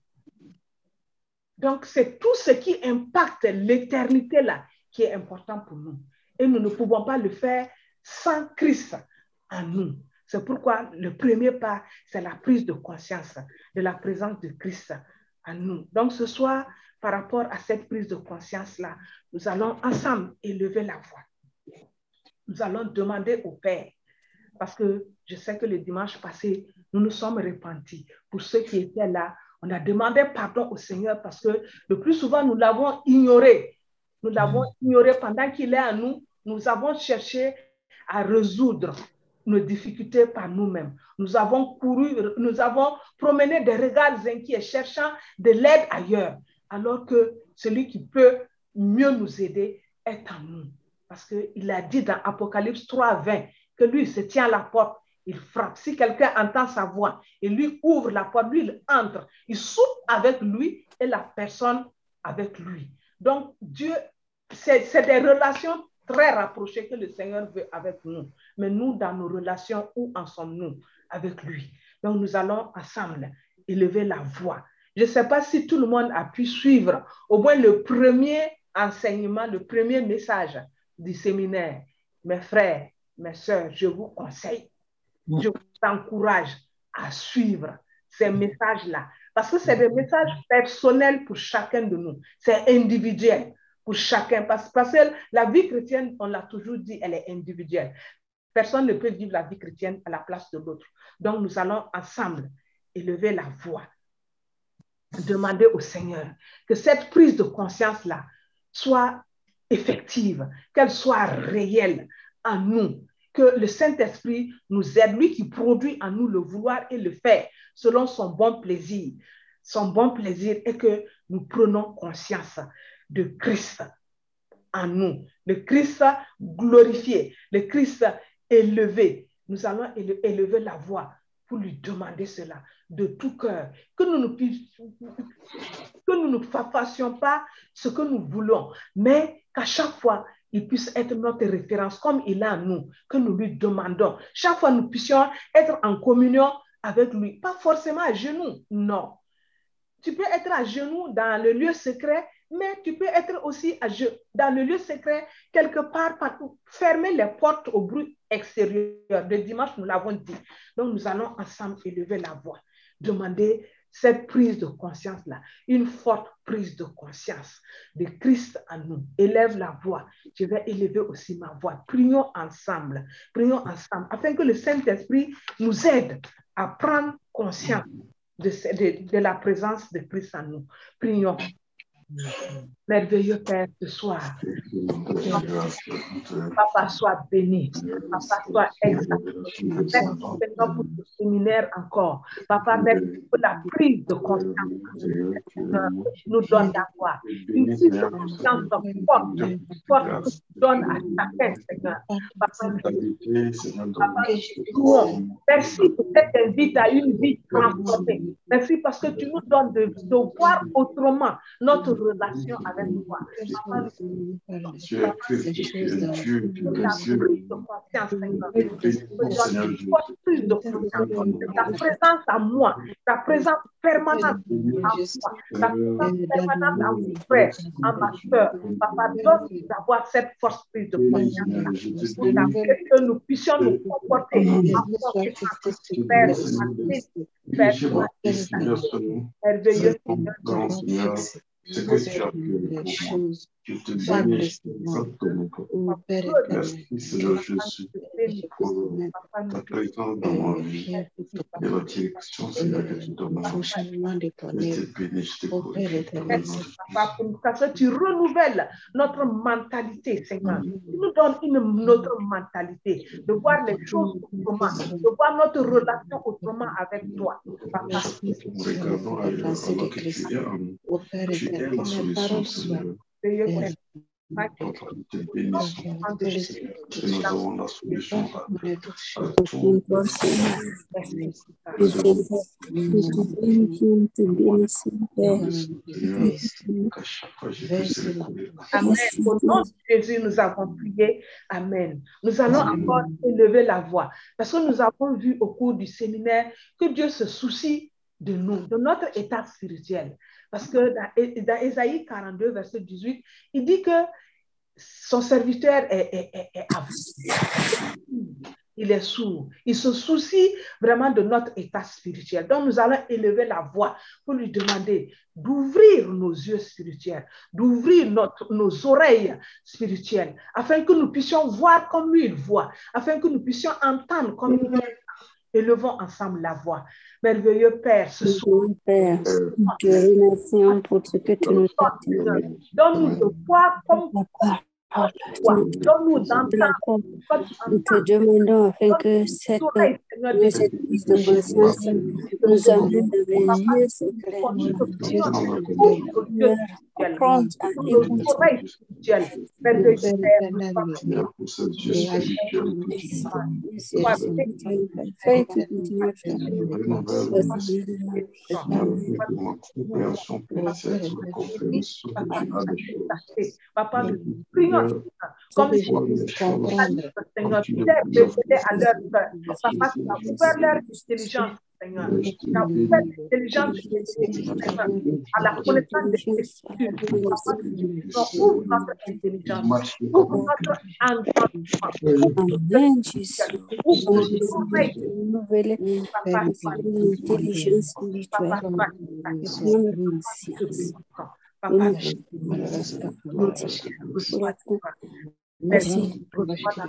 Donc, c'est tout ce qui impacte l'éternité là qui est important pour nous. Et nous ne pouvons pas le faire sans Christ en nous. C'est pourquoi le premier pas, c'est la prise de conscience de la présence de Christ en nous. Donc, ce soir, par rapport à cette prise de conscience-là, nous allons ensemble élever la voix. Nous allons demander au Père, parce que je sais que le dimanche passé, nous nous sommes repentis. Pour ceux qui étaient là, on a demandé pardon au Seigneur parce que le plus souvent, nous l'avons ignoré. Nous l'avons ignoré pendant qu'il est en nous. Nous avons cherché à résoudre nos difficultés par nous-mêmes. Nous avons couru, nous avons promené des regards inquiets, cherchant de l'aide ailleurs, alors que celui qui peut mieux nous aider est en nous. Parce qu'il a dit dans Apocalypse trois, vingt que lui se tient à la porte, il frappe. Si quelqu'un entend sa voix et lui ouvre la porte, lui il entre, il soupe avec lui et la personne avec lui. Donc Dieu, c'est, c'est des relations très rapprochées que le Seigneur veut avec nous. Mais nous, dans nos relations, où en sommes-nous avec lui? Donc nous allons ensemble élever la voix. Je ne sais pas si tout le monde a pu suivre au moins le premier enseignement, le premier message du séminaire. Mes frères, mes sœurs, je vous conseille, je vous encourage à suivre ces messages-là. Parce que c'est des messages personnels pour chacun de nous. C'est individuel pour chacun. Parce, parce que la vie chrétienne, on l'a toujours dit, elle est individuelle. Personne ne peut vivre la vie chrétienne à la place de l'autre. Donc, nous allons ensemble élever la voix, demander au Seigneur que cette prise de conscience-là soit effective, qu'elle soit réelle en nous, que le Saint-Esprit nous aide, lui qui produit en nous le vouloir et le faire selon son bon plaisir. Son bon plaisir est que nous prenons conscience de Christ en nous, le Christ glorifié, le Christ élevé. Nous allons élever la voix pour lui demander cela de tout cœur, que nous ne que nous ne fassions pas ce que nous voulons, mais qu'à chaque fois, il puisse être notre référence comme il est en nous, que nous lui demandons. Chaque fois, nous puissions être en communion avec lui. Pas forcément à genoux, non. Tu peux être à genoux dans le lieu secret, mais tu peux être aussi à genoux, dans le lieu secret, quelque part, partout. Fermer les portes au bruit extérieur. Le dimanche, nous l'avons dit. Donc, nous allons ensemble élever la voix, demander cette prise de conscience-là, une forte prise de conscience de Christ en nous. Élève la voix. Je vais élever aussi ma voix. Prions ensemble. Prions ensemble afin que le Saint-Esprit nous aide à prendre conscience de, de, de la présence de Christ en nous. Prions. Merveilleux Père, ce soir, Papa, sois béni. Papa, sois exalté. Merci Seigneur pour ce séminaire encore. Papa, merci pour la prise de conscience que tu nous donnes d'avoir. Une prise de conscience forte, forte que tu donnes à chacun, Seigneur. Papa, merci pour cette invite à une vie transformée. Merci parce que tu nous donnes de, de voir autrement notre relation avec toi. Papa, tu es Christ, tu es Dieu, tu es Dieu. Plus de confiance, ta présence à moi, ta présence permanente à moi, ta présence permanente à mon frère, à ma soeur. Papa, donne-nous d'avoir cette force prise de confiance pour que nous puissions nous comporter en Père, Père, merveilleux Seigneur. C'est que tu as fait des choses. Je te bénis exactement. Ô Père Merci Seigneur Jésus pour ta présence dans ma vie et la direction Seigneur que tu donnes à moi. Je te bénis, je te glorifie. Papa, parce que tu renouvelles notre mentalité, Seigneur. Tu nous donnes une autre mentalité de voir les choses autrement, de voir notre relation autrement avec toi. Papa, Regardons ailleurs alors que tu es en nous. Tu es la solution, Seigneur. Notre te bénissons. Et nous avons la solution à tout. Amen. Au nom de Jésus, nous avons prié. Amen. Nous allons encore élever la voix parce que nous avons vu au cours du séminaire que Dieu se soucie de nous, de notre état spirituel. Parce que dans, dans Ésaïe quarante-deux, verset dix-huit, il dit que son serviteur est, est, est, est aveugle. Il est sourd. Il se soucie vraiment de notre état spirituel. Donc, nous allons élever la voix pour lui demander d'ouvrir nos yeux spirituels, d'ouvrir notre, nos oreilles spirituelles, afin que nous puissions voir comme lui il voit, afin que nous puissions entendre comme il entend. Élevons ensemble la voix. Merveilleux Père, ce soir, Père, te remercions pour ce que tu nous as dit. donne-nous de voir comme donne-nous d'entendre. Nous te demandons afin que cette, que cette prise de conscience nous amène dans les lieux secrets. Apprendre à écouter. Fais que continuer Papa, nous prions comme Seigneur, tu t'es révélé à leur cœur. Papa, tu as ouvert leur intelligence, Seigneur. Tu as ouvert l'intelligence à la connaissance des Écritures. Papa, ouvre notre intelligence, ouvre notre entendement. Amen, Jésus. Ouvre nos oreilles, papa, l'intelligence spirituelle, prendre conscience. Papa, merci pour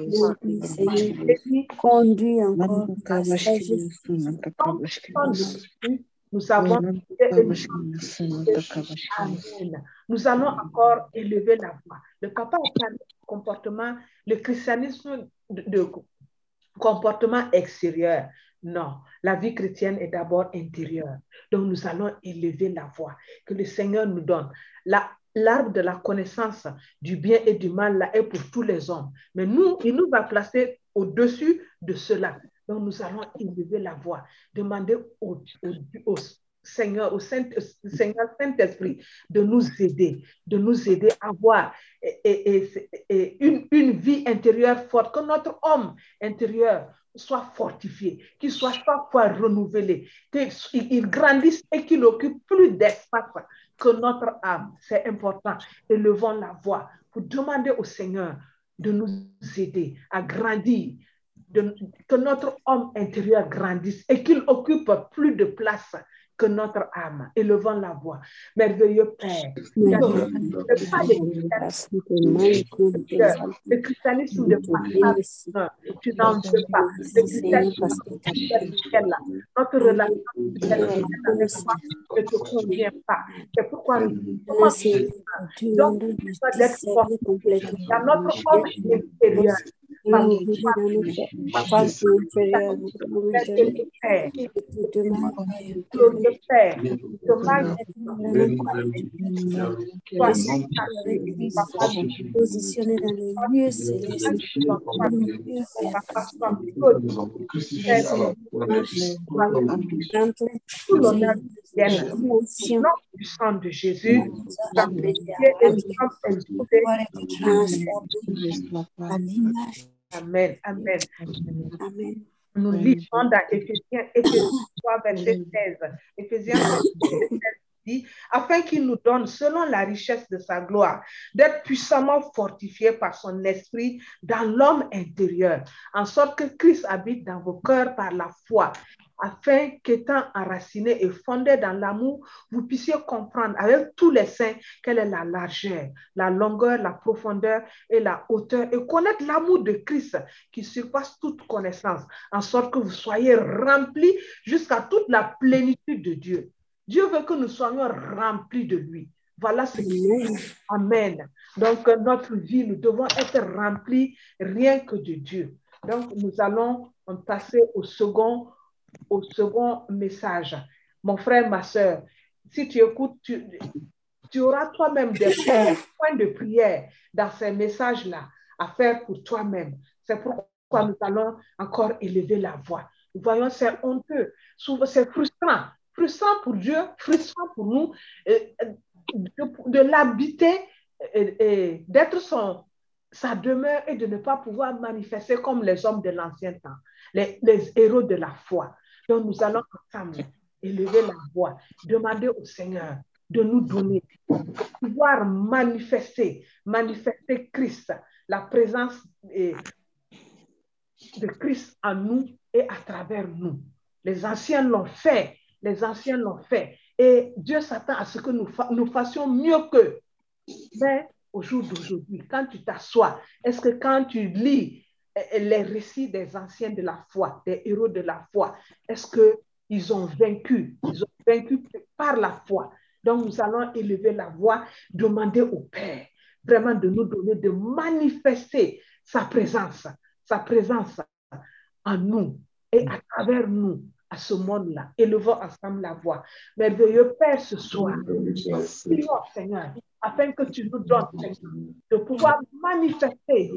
conduit encore ta sagesse. Nous avons nous allons encore élever la voix. Le papa a parlé du comportement, le christianisme de, de comportement extérieur. Non, la vie chrétienne est d'abord intérieure. Donc nous allons élever la voix que le Seigneur nous donne. La, l'arbre de la connaissance du bien et du mal là est pour tous les hommes. Mais nous, il nous a placés au-dessus de cela. Donc nous allons élever la voix, demander au, au, au Seigneur, au Saint, Seigneur Saint-Esprit de nous aider, de nous aider à avoir et, et, et une, une vie intérieure forte, que notre homme intérieur soit fortifié, qu'il soit chaque fois renouvelé, qu'il grandisse et qu'il occupe plus d'espace que notre âme. C'est important. Élevons la voix pour demander au Seigneur de nous aider à grandir, de, que notre homme intérieur grandisse et qu'il occupe plus de place que notre âme. Élevons la voix. Merveilleux Père. Le christianisme de passage, tu n'en veux pas. Le christianisme là, notre relation ne te convient pas. C'est pourquoi nous demandons d'être fortifiés dans notre homme intérieur. Positionné dans les lieux célestes. Tout l'honneur du sang de Jésus, à l'image. Amen, amen. Amen. Nous lisons dans Éphésiens, Éphésiens trois, verset seize. Éphésiens trois, verset seize. dit, afin qu'il nous donne, selon la richesse de sa gloire, d'être puissamment fortifiés par son esprit dans l'homme intérieur, en sorte que Christ habite dans vos cœurs par la foi, afin qu'étant enracinés et fondés dans l'amour, vous puissiez comprendre avec tous les saints quelle est la largeur, la longueur, la profondeur et la hauteur, et connaître l'amour de Christ qui surpasse toute connaissance, en sorte que vous soyez remplis jusqu'à toute la plénitude de Dieu. Dieu veut que nous soyons remplis de lui. Voilà ce qui est. Amen. Donc, notre vie, nous devons être remplis rien que de Dieu. Donc, nous allons passer au second au second message. Mon frère, ma soeur, si tu écoutes, tu, tu auras toi-même des points de prière dans ces messages-là à faire pour toi-même. C'est pourquoi nous allons encore élever la voix. Nous voyons, c'est honteux. Souvent, c'est frustrant. Frustrant pour Dieu, frustrant pour nous de, de l'habiter, d'être son sa demeure et de ne pas pouvoir manifester comme les hommes de l'ancien temps, les, les héros de la foi. Donc, nous allons ensemble élever la voix, demander au Seigneur de nous donner, de pouvoir manifester, manifester Christ, la présence de, de Christ en nous et à travers nous. Les anciens l'ont fait, les anciens l'ont fait. Et Dieu s'attend à ce que nous, fa nous fassions mieux qu'eux. Mais au jour d'aujourd'hui, quand tu t'assois, est-ce que quand tu lis les récits des anciens de la foi, des héros de la foi, est-ce qu'ils ont vaincu? Ils ont vaincu par la foi. Donc, nous allons élever la voix, demander au Père vraiment de nous donner, de manifester sa présence, sa présence en nous et à travers nous, à ce monde-là. Élevons ensemble la voix. Merveilleux Père, ce soir, prions, Seigneur, afin que tu nous donnes, Seigneur, de pouvoir manifester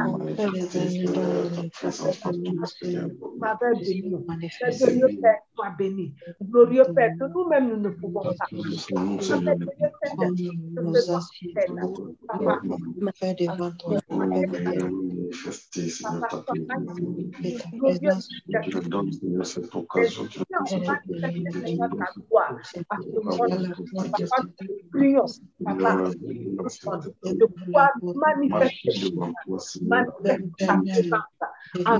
Merveilleux Père, sois béni. Glorieux Père, que nous-mêmes nous ne pouvons pas. Papa, de pouvoir manifester, manifester ta présence en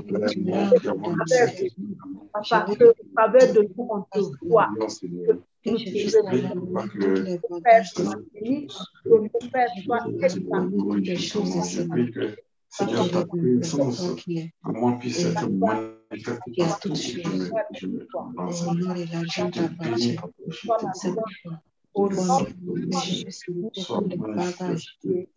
Papa, que travers de nous on te voit. Nous te Père, sois béni, que le Père soit exalté. Seigneur, ta présence en moi puisse être manifestée partout où je vais. Je me Seigneur, et l'argent de béni, au nom de Jésus, sois manifesté.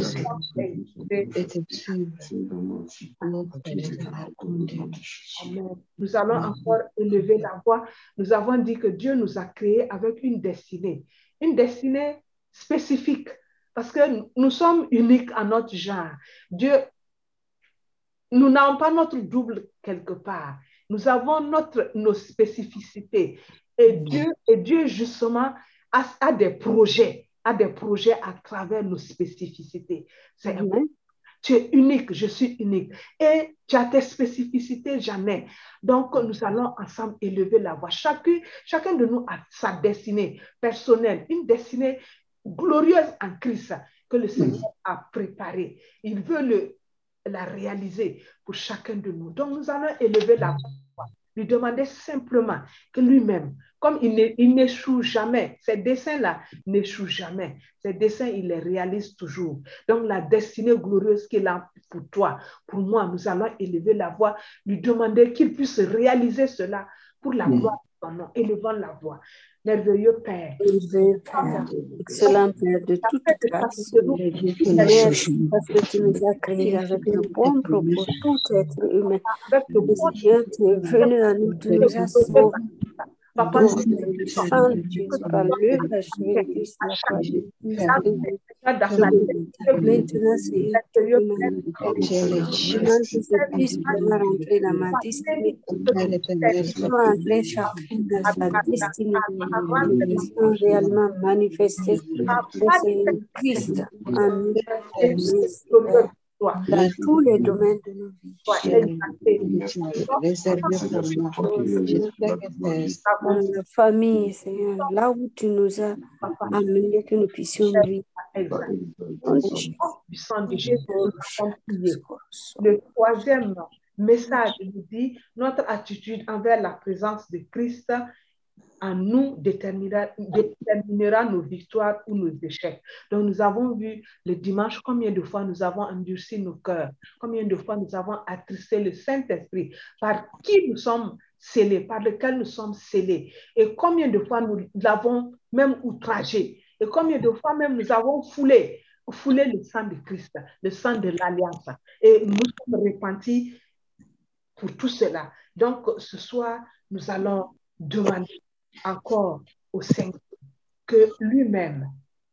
Nous allons encore élever la voix. Nous avons dit que Dieu nous a créés avec une destinée, une destinée spécifique. Parce que nous sommes uniques à notre genre. Dieu, nous n'avons pas notre double quelque part. Nous avons notre, nos spécificités. Et Dieu, et Dieu justement, a, a des projets, a des projets à travers nos spécificités. C'est mm-hmm. Tu es unique, je suis unique. Et tu as tes spécificités, j'en ai. Donc, nous allons ensemble élever la voix. Chacun, chacun de nous a sa destinée personnelle, une destinée glorieuse en Christ que le Seigneur a préparée. Il veut le, la réaliser pour chacun de nous. Donc, nous allons élever la voix, lui demander simplement que lui-même, comme il n'échoue jamais, ces desseins-là n'échouent jamais. Ces desseins, il les réalise toujours. Donc, la destinée glorieuse qu'il a pour toi, pour moi, nous allons élever la voix, lui demander qu'il puisse réaliser cela pour la gloire de son nom. Élevons la voix. Merveilleux Père. Merveilleux Père, excellent Père de toute grâce. Merci parce que tu nous as créés avec le bon propos, tout être humain. Seigneur, tu es venu à nous, tu nous as sauvés. Papa, tu es par le péché de Christ, la croix de maintenant, Seigneur, tu demande que je puisse vraiment rentrer dans ma destinée. Sois entrer chacune dans sa destinée. Nous sommes réellement manifestés le Seigneur Christ en nous, dans tous les domaines de nos vies. soit exalté. Dans la famille, Seigneur, là où tu nous as amenés, que nous puissions vivre. Puissant de Jésus, nous avons prié. Le troisième message nous dit notre attitude envers la présence de Christ en nous déterminera, déterminera nos victoires ou nos échecs. Donc, nous avons vu le dimanche combien de fois nous avons endurci nos cœurs, combien de fois nous avons attristé le Saint-Esprit, par qui nous sommes scellés, par lequel nous sommes scellés, et combien de fois nous l'avons même outragé, et combien de fois même nous avons foulé, foulé le sang de Christ, le sang de l'Alliance, et nous sommes repentis pour tout cela. Donc, ce soir, nous allons demander encore au Seigneur que lui-même,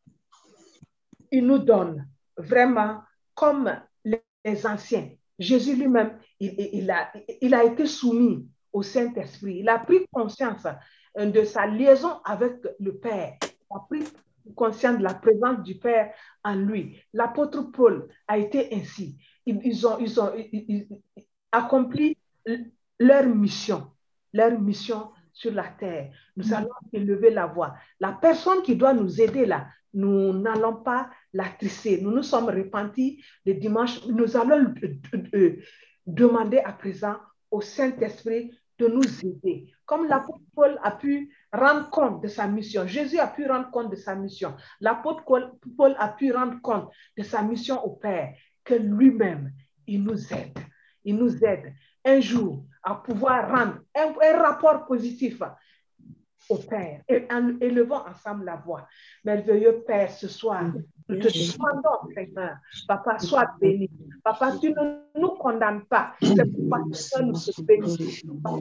il nous donne vraiment comme les anciens. Jésus lui-même, il, il, a, il a été soumis au Saint-Esprit. Il a pris conscience de sa liaison avec le Père. Il a pris conscience de la présence du Père en lui. L'apôtre Paul a été ainsi. Ils, ils ont, ils ont ils, ils, accompli leur mission, leur mission sur la terre. Nous allons élever la voix. La personne qui doit nous aider là, nous n'allons pas l'attrister. Nous nous sommes repentis le dimanche. Nous allons demander à présent au Saint-Esprit de nous aider. Comme l'apôtre Paul a pu rendre compte de sa mission, Jésus a pu rendre compte de sa mission, l'apôtre Paul a pu rendre compte de sa mission au Père, que lui-même, il nous aide. Il nous aide un jour à pouvoir rendre un, un rapport positif au Père et en élevant ensemble la voix. Merveilleux Père, ce soir, nous te demandons, Seigneur, Papa, sois béni. Papa, tu ne nous condamnes pas. C'est pourquoi nous te bénissons. Papa,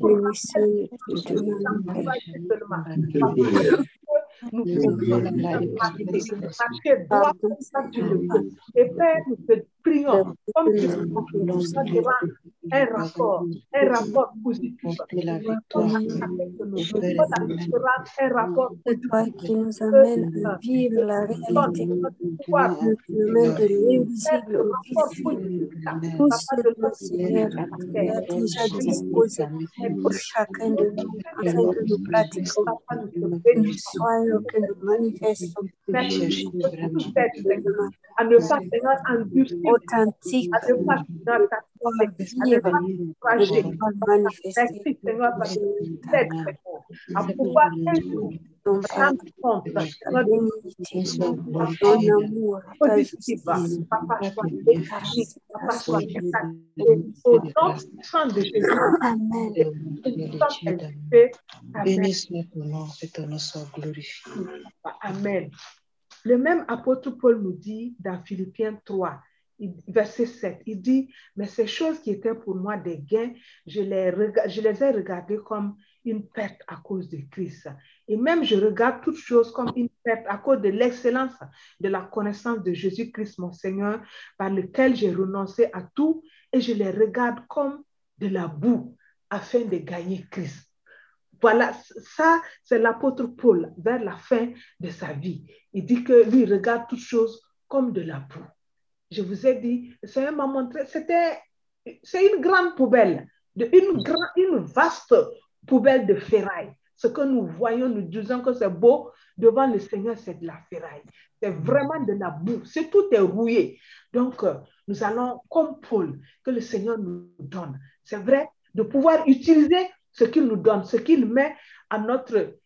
nous pouvons marcher droit comme tu le veux. Et Père, nous te prions, comme tu nous rends un rapport, un rapport positif. La victoire. Un rapport positif qui nous amène à vivre la réalité, nous amène de l'invisible au visible. Tout ce Seigneur a déjà disposé pour chacun de nous, afin que nous pratiquions, que nous soyons, que nous manifestons. Merci à ne pas Seigneur endurcir, authentique, à ne pas Seigneur vivre, manifester. Merci Seigneur parce que vous êtes à pouvoir un jour rendre compte de ton amour, ta positif. Papa soit béni, Papa soit exalté au nom puissant de Jésus. Amen. Béni soit ton nom et ton nom soit glorifié. Amen. Le même apôtre Paul nous dit dans Philippiens trois, verset sept, il dit, mais ces choses qui étaient pour moi des gains, je les, rega- je les ai regardées comme une perte à cause de Christ. Et même je regarde toutes choses comme une perte à cause de l'excellence de la connaissance de Jésus-Christ, mon Seigneur, par lequel j'ai renoncé à tout et je les regarde comme de la boue afin de gagner Christ. Voilà, ça, c'est l'apôtre Paul vers la fin de sa vie. Il dit que lui regarde toutes choses comme de la boue. Je vous ai dit, c'est m'a montré, c'était, c'est une grande poubelle, de, une, grand, une vaste poubelle de ferraille. Ce que nous voyons, nous disons que c'est beau, devant le Seigneur, c'est de la ferraille. C'est vraiment de la boue, c'est, tout est rouillé. Donc, euh, nous allons, comme Paul, que le Seigneur nous donne. C'est vrai, de pouvoir utiliser ce qu'il nous donne, ce qu'il met à notre...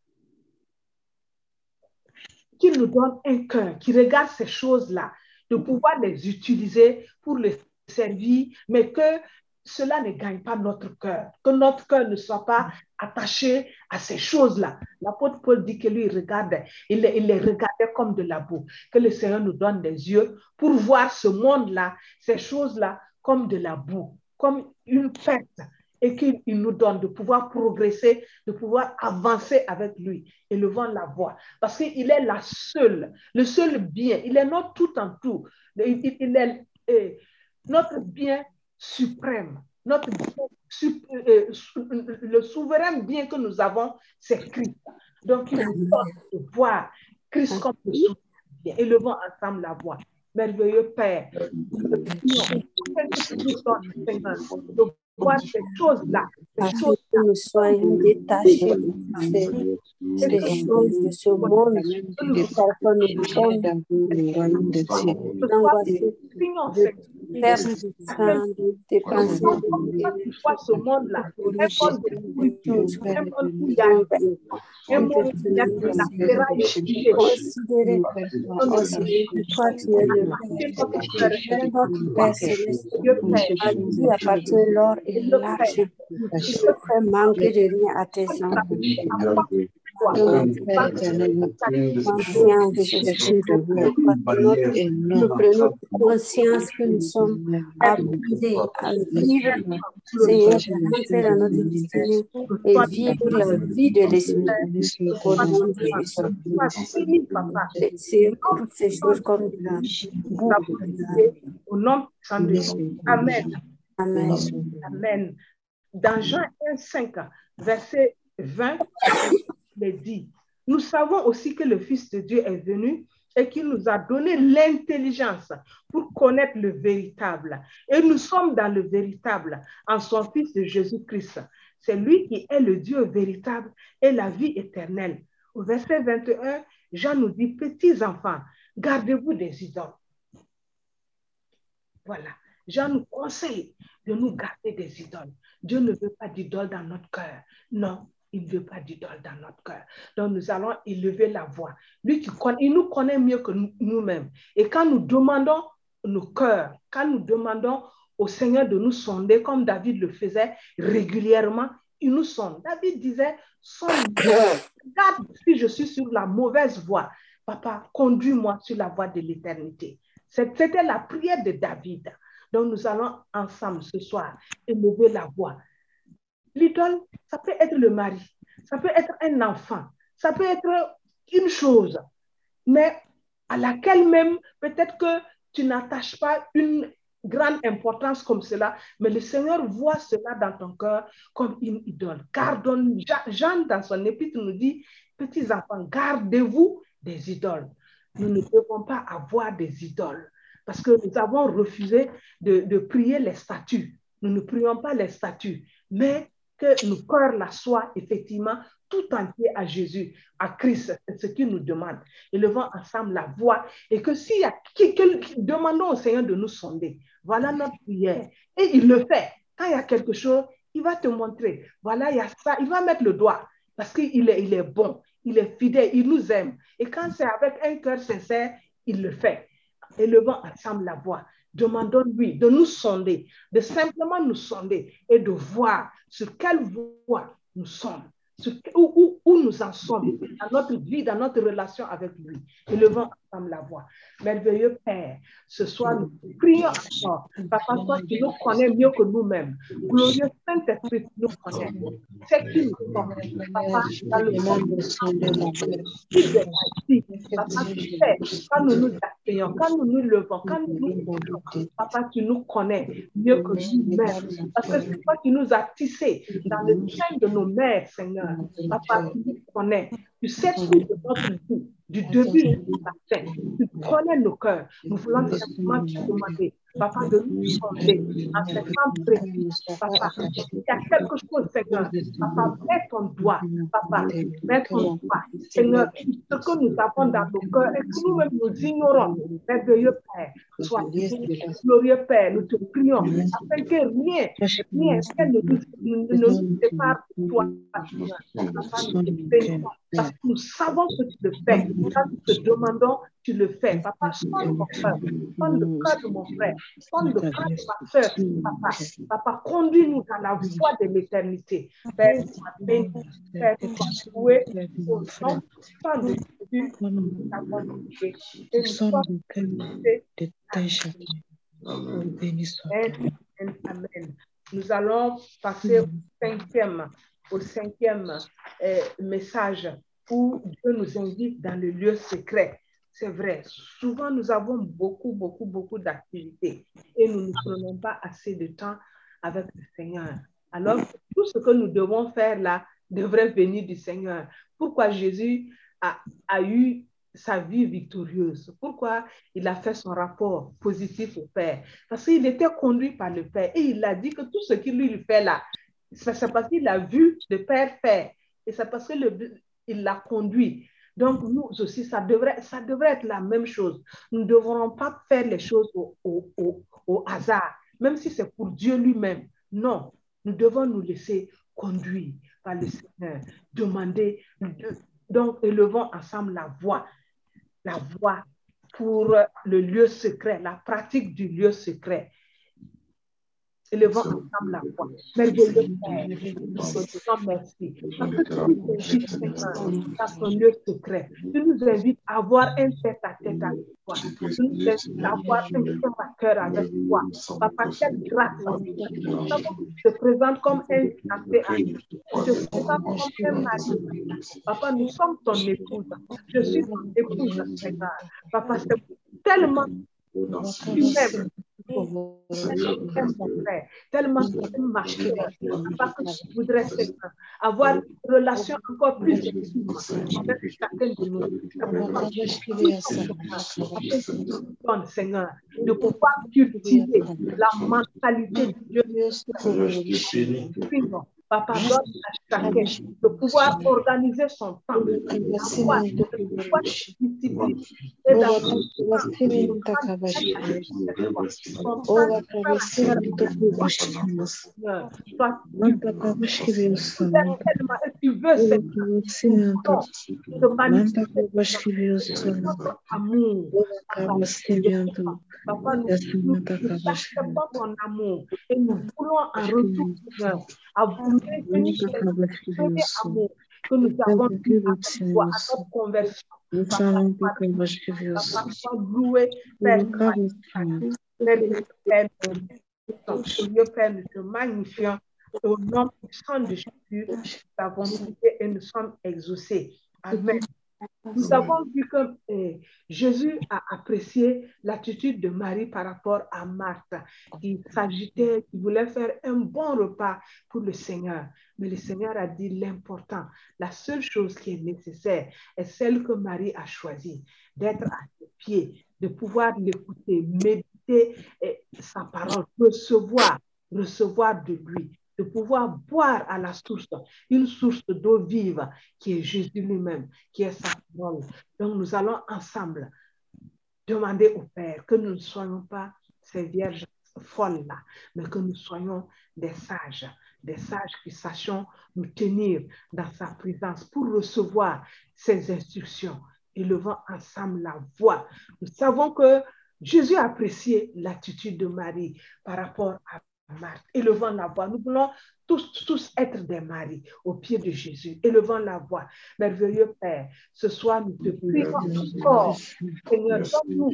qu'il nous donne un cœur, qui regarde ces choses-là, de pouvoir les utiliser pour les servir, mais que cela ne gagne pas notre cœur, que notre cœur ne soit pas attaché à ces choses-là. L'apôtre Paul dit que lui, il regardait, il les, il les regardait comme de la boue, que le Seigneur nous donne des yeux pour voir ce monde-là, ces choses-là, comme de la boue, comme une perte, et qu'il nous donne de pouvoir progresser, de pouvoir avancer avec lui, élevant la voix. Parce qu'il est la seule, le seul bien, il est notre tout en tout. Il, il, il est euh, notre bien suprême, notre bien, euh, le souverain bien que nous avons, c'est Christ. Donc, il nous donne de voir Christ comme le souverain bien, élevant ensemble la voix. Merveilleux Père, que tu nous donnes, Seigneur, de voir ces choses-là, ces afin choses que nous soyons détachés de ces, ces choses de ce monde qui parfois nous font d'angoisser, de perdre du temps, de dépenser de vois ce monde-là, un monde de pourriture, un monde où il y a un monde où il y a de la ferraille, considérer aussi que toi tu es le Père, tu es notre Père céleste, à qui appartient l'or et l'argent. Tu ne fais manquer de rien à tes enfants. Nous prenons conscience que nous sommes appelés à vivre, Seigneur, à entrer dans notre destinée et vivre la vie de l'Esprit au nom de Jésus. C'est toutes ces choses comme la boue. Au nom de Jésus. Amen. Amen. Amen. Dans Jean un, cinq, verset vingt, il est dit, nous savons aussi que le Fils de Dieu est venu et qu'il nous a donné l'intelligence pour connaître le véritable. Et nous sommes dans le véritable, en son Fils de Jésus-Christ. C'est lui qui est le Dieu véritable et la vie éternelle. Au verset vingt et un, Jean nous dit, petits enfants, gardez-vous des idoles. Voilà. Jean nous conseille de nous garder des idoles. Dieu ne veut pas d'idoles dans notre cœur. Non, il ne veut pas d'idoles dans notre cœur. Donc, nous allons élever la voix. Lui, qui connaît, il nous connaît mieux que nous-mêmes. Et quand nous demandons nos cœurs, quand nous demandons au Seigneur de nous sonder, comme David le faisait régulièrement, il nous sonde. David disait, sonde, regarde si je suis sur la mauvaise voie. Papa, conduis-moi sur la voie de l'éternité. C'était la prière de David. Donc, nous allons ensemble ce soir élever la voix. L'idole, ça peut être le mari, ça peut être un enfant, ça peut être une chose, mais à laquelle même peut-être que tu n'attaches pas une grande importance comme cela, mais le Seigneur voit cela dans ton cœur comme une idole. Gardons, Jean, dans son épître, nous dit, petits enfants, gardez-vous des idoles. Nous ne devons pas avoir des idoles. Parce que nous avons refusé de, de prier les statues. Nous ne prions pas les statues, mais que nos cœurs la soient effectivement tout entier à Jésus, à Christ. C'est ce qu'il nous demande. Élevons ensemble la voix et que s'il y a qui, qui, demandons au Seigneur de nous sonder. Voilà notre prière. Et il le fait. Quand il y a quelque chose, il va te montrer. Voilà, il y a ça. Il va mettre le doigt parce qu'il est, il est bon, il est fidèle, il nous aime. Et quand c'est avec un cœur sincère, il le fait. Élevons ensemble la voix. Demandons-lui de nous sonder, de simplement nous sonder et de voir sur quelle voie nous sommes, sur, où, où, où nous en sommes dans notre vie, dans notre relation avec lui. Élevons ensemble la voix. Merveilleux Père, ce soir nous prions encore. Papa, toi tu nous connais mieux que nous-mêmes. Glorieux Saint-Esprit, tu nous connais. C'est qui nous sommes. Papa, dans le monde Papa, tu sais, quand nous nous asseyons, quand nous nous levons, quand nous nous levons, Papa, tu nous connais mieux que nous-mêmes. Parce que c'est toi qui nous as tissés dans le sein de nos mères, Seigneur. Papa, tu nous connais. Tu sais tout de notre vie, du début jusqu'à la fin. Tu connais nos cœurs. Nous voulons simplement te demander, Papa, de nous sonder en ce temps précis. Papa, il y a quelque chose, Seigneur. Papa, mets ton doigt. Papa, mets ton doigt. Seigneur, ce que nous avons dans nos cœurs et que nous-mêmes nous ignorons, merveilleux Père, sois glorieux Père, nous te prions, afin que rien, rien, rien ne nous, ne nous sépare de toi, Seigneur. Papa, nous te bénissons, parce que nous savons que tu le fais. Quand nous te demandons, tu le fais. Papa, sonde mon cœur, sonde le cœur de mon frère, sonde le cœur de ma soeur. Papa, Papa, conduis-nous dans la voie de l'éternité. Père, sois béni, Père, sois loué, au nom pas de Jésus, nous avons prié. Et nous sommes de Amen. Amen. Nous allons passer au cinquième, au cinquième euh, message où Dieu nous invite dans le lieu secret. C'est vrai, souvent nous avons beaucoup, beaucoup, beaucoup d'activités et nous ne prenons pas assez de temps avec le Seigneur. Alors, tout ce que nous devons faire là devrait venir du Seigneur. Pourquoi Jésus a, a eu sa vie victorieuse. Pourquoi il a fait son rapport positif au Père? Parce qu'il était conduit par le Père et il a dit que tout ce qu'il lui fait là, c'est parce qu'il a vu le Père faire et c'est parce qu'il l'a conduit. Donc, nous aussi, ça devrait, ça devrait être la même chose. Nous ne devrons pas faire les choses au, au, au, au hasard, même si c'est pour Dieu lui-même. Non, nous devons nous laisser conduire par le Seigneur, demander. Donc, élevons ensemble la voix, la voix pour le lieu secret, la pratique du lieu secret. Élevons ensemble la voix. Merveilleux Père, nous te disons merci. Parce que tu nous invites, Seigneur, dans ton lieu secret. Tu nous invites à avoir un tête-à-tête avec toi. Tu nous invites à avoir un cœur à cœur avec toi. Papa, quelle grâce. Nous te présente comme un fiancé à nous. Je te présente comme un mari. Papa, nous sommes ton épouse. Je suis ton épouse, Seigneur. Papa, c'est tellement tu m'aimes. Tellement que ma frère, parce que je voudrais avoir une relation encore plus avec chacun de nous. Seigneur, de pouvoir cultiver la mentalité de Dieu. Papa, donne à chacun de pouvoir organiser son temps, de pouvoir discipliner et d'avoir tu veux te manifester notre amour. Papa, nous acceptons ton amour et nous voulons en retour, Seigneur, avouer amour que nous avons eu à toi, à notre conversion. Papa, sois loué, Père, Père, Père, nous te magnifions. Au nom puissant de Jésus, nous avons prié et nous sommes exaucés. Amen. Nous avons vu que eh, Jésus a apprécié l'attitude de Marie par rapport à Marthe. Il s'agitait, il voulait faire un bon repas pour le Seigneur. Mais le Seigneur a dit l'important, la seule chose qui est nécessaire est celle que Marie a choisie, d'être à ses pieds, de pouvoir l'écouter, méditer eh, sa parole, recevoir, recevoir de lui, de pouvoir boire à la source, une source d'eau vive qui est Jésus lui-même, qui est sa parole. Donc nous allons ensemble demander au Père que nous ne soyons pas ces vierges folles-là, mais que nous soyons des sages, des sages qui sachions nous tenir dans sa présence pour recevoir ses instructions. Élevons ensemble la voix. Nous savons que Jésus a apprécié l'attitude de Marie par rapport à Marthe. Élevons la voix. Nous voulons tous, tous être des maris au pied de Jésus. Élevons la voix. Merveilleux Père, ce soir, nous te prions encore, Seigneur, donne-nous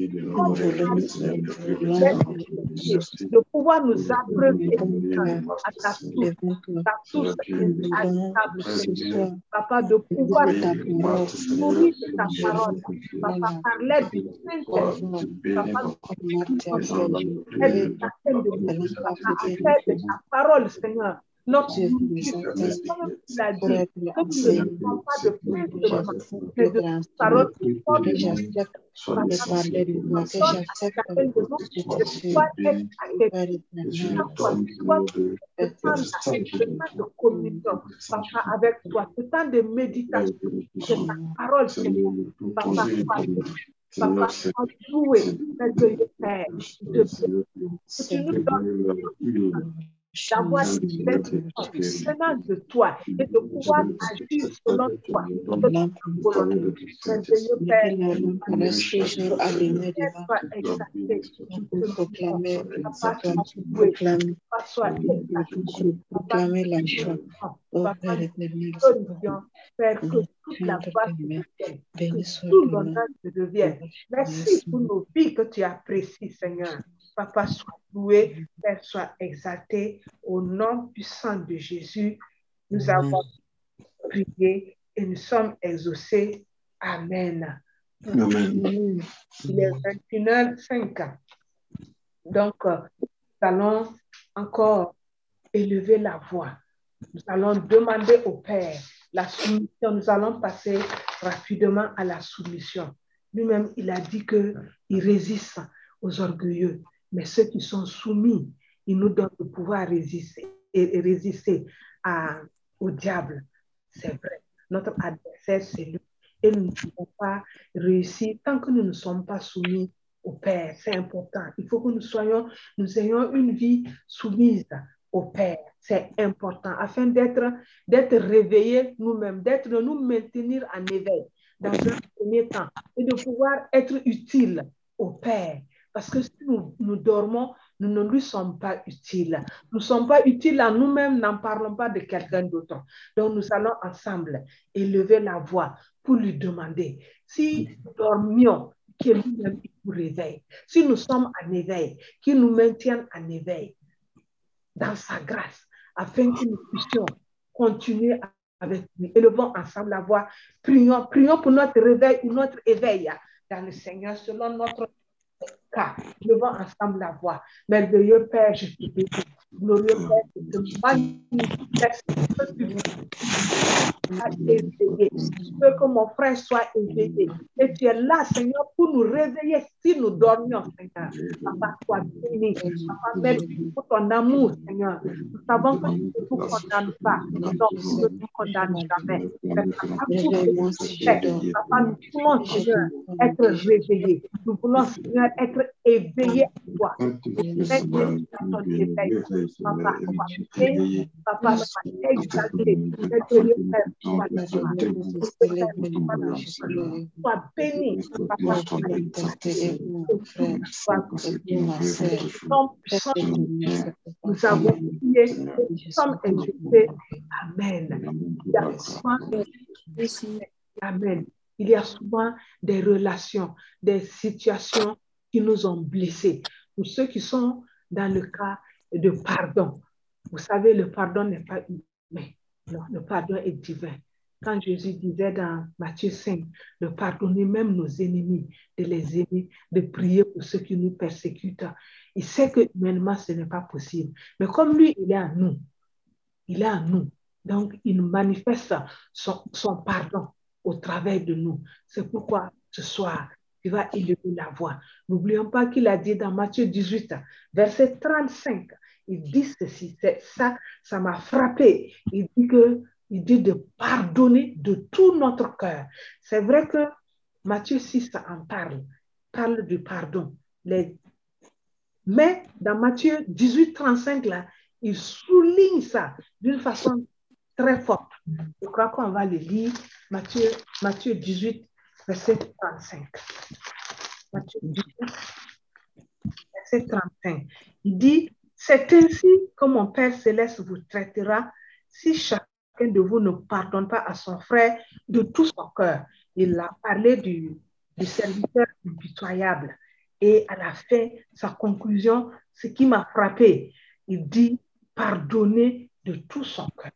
de pouvoir nous abreuver à ta source, ta source inagitable, Papa, de pouvoir nourrir de ta parole, Papa, par l'aide du Saint-Esprit, Papa, aide chacun de nous, Papa, à faire de ta parole, Seigneur, notre nourriture, comme tu l'as dit, que tu ne nous prends pas de pain seulement, mais de ta parole qui porte de nous. Papa, donne à chacun de nous de pouvoir être à tes pieds, ce temps de communion, Papa, avec toi, ce temps de méditation, de ta parole, Seigneur, Papa, Papa, jouer, merveilleux Père, que tu nous donnes d'avoir venant de toi et de pouvoir agir selon toi. Merveilleux Père, sois exalté, proclamer, proclamer la joie. Papa, Père, que toute la gloire que tout l'honneur te revienne. Merci pour nos vies que tu apprécies, Seigneur. Papa, sois loué, Père, sois exalté. Au nom puissant de Jésus, nous avons prié et nous sommes exaucés. Amen. Amen. Il est vingt et une heures cinq. Donc, nous allons encore élever la voix. Nous allons demander au Père la soumission. Nous allons passer rapidement à la soumission. Lui-même, il a dit qu'il résiste aux orgueilleux, mais ceux qui sont soumis, il nous donne le pouvoir résister et résister à, au diable. C'est vrai. Notre adversaire, c'est lui. Et nous ne pouvons pas réussir tant que nous ne sommes pas soumis au Père. C'est important. Il faut que nous soyons, nous ayons une vie soumise au Père. C'est important afin d'être, d'être réveillés nous-mêmes, d'être, de nous maintenir en éveil dans un premier temps et de pouvoir être utiles au Père. Parce que si nous, nous dormons, nous ne lui sommes pas utiles. Nous ne sommes pas utiles à nous-mêmes, n'en parlons pas de quelqu'un d'autre. Donc nous allons ensemble élever la voix pour lui demander si nous dormions, qu'il lui-même nous réveille. Si nous sommes en éveil, qu'il nous maintienne en éveil dans sa grâce, afin que nous puissions continuer avec lui. Élevons ensemble la voix. Prions, prions pour notre réveil ou notre éveil dans le Seigneur selon notre cas. Élevons ensemble la voix. Merveilleux Père, je te bénis. Glorieux Père, je te manifeste que tu éveillé. Je veux que mon frère soit éveillé. Et tu es là, Seigneur, pour nous réveiller si nous dormions, Seigneur. Papa, sois béni. Papa, merci pour ton amour, Seigneur. Nous savons que tu ne nous condamnes pas. Non, tu ne nous condamnes jamais. Papa, nous voulons, Seigneur, être réveillés. Nous voulons, Seigneur, être éveillés à toi. Papa, sois béni. Papa, sois exalté. Sois béni, papa, sois nous avons prié, nous sommes invités. Amen. Il y a souvent, Amen. Il y a souvent des relations, des situations qui nous ont blessés. Pour ceux qui sont dans le cas de pardon, vous savez, le pardon n'est pas humain. Non, le pardon est divin. Quand Jésus disait dans Matthieu cinq, de pardonner même nos ennemis, de les aimer, de prier pour ceux qui nous persécutent, il sait que humainement, ce n'est pas possible. Mais comme lui, il est en nous, il est en nous. Donc, il nous manifeste son, son pardon au travers de nous. C'est pourquoi ce soir, tu vas élever la voix. N'oublions pas qu'il a dit dans Matthieu dix-huit, verset trente-cinq, il dit ceci, ça, ça m'a frappé. Il dit que, il dit de pardonner de tout notre cœur. C'est vrai que Matthieu six en parle, parle du pardon. Les... Mais dans Matthieu dix-huit, trente-cinq, là, il souligne ça d'une façon très forte. Je crois qu'on va le lire. Matthieu, Matthieu dix-huit, verset trente-cinq. Matthieu dix-huit, verset trente-cinq. Il dit, c'est ainsi que mon Père Céleste vous traitera si chacun de vous ne pardonne pas à son frère de tout son cœur. Il a parlé du, du serviteur impitoyable. Et à la fin, sa conclusion, ce qui m'a frappé, il dit, pardonnez de tout son cœur.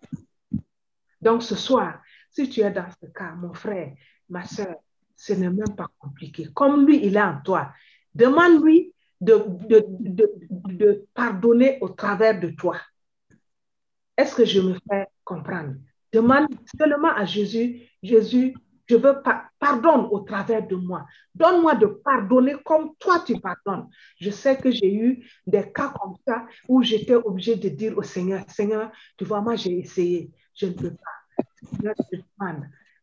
Donc ce soir, si tu es dans ce cas, mon frère, ma soeur, ce n'est même pas compliqué. Comme lui, il est en toi. Demande-lui de, de, de, de pardonner au travers de toi. Est-ce que je me fais comprendre? Demande seulement à Jésus, Jésus, je veux pas, pardonne au travers de moi. Donne-moi de pardonner comme toi tu pardonnes. Je sais que j'ai eu des cas comme ça où j'étais obligée de dire au Seigneur, Seigneur, tu vois, moi j'ai essayé, je ne peux pas. Seigneur, je te demande.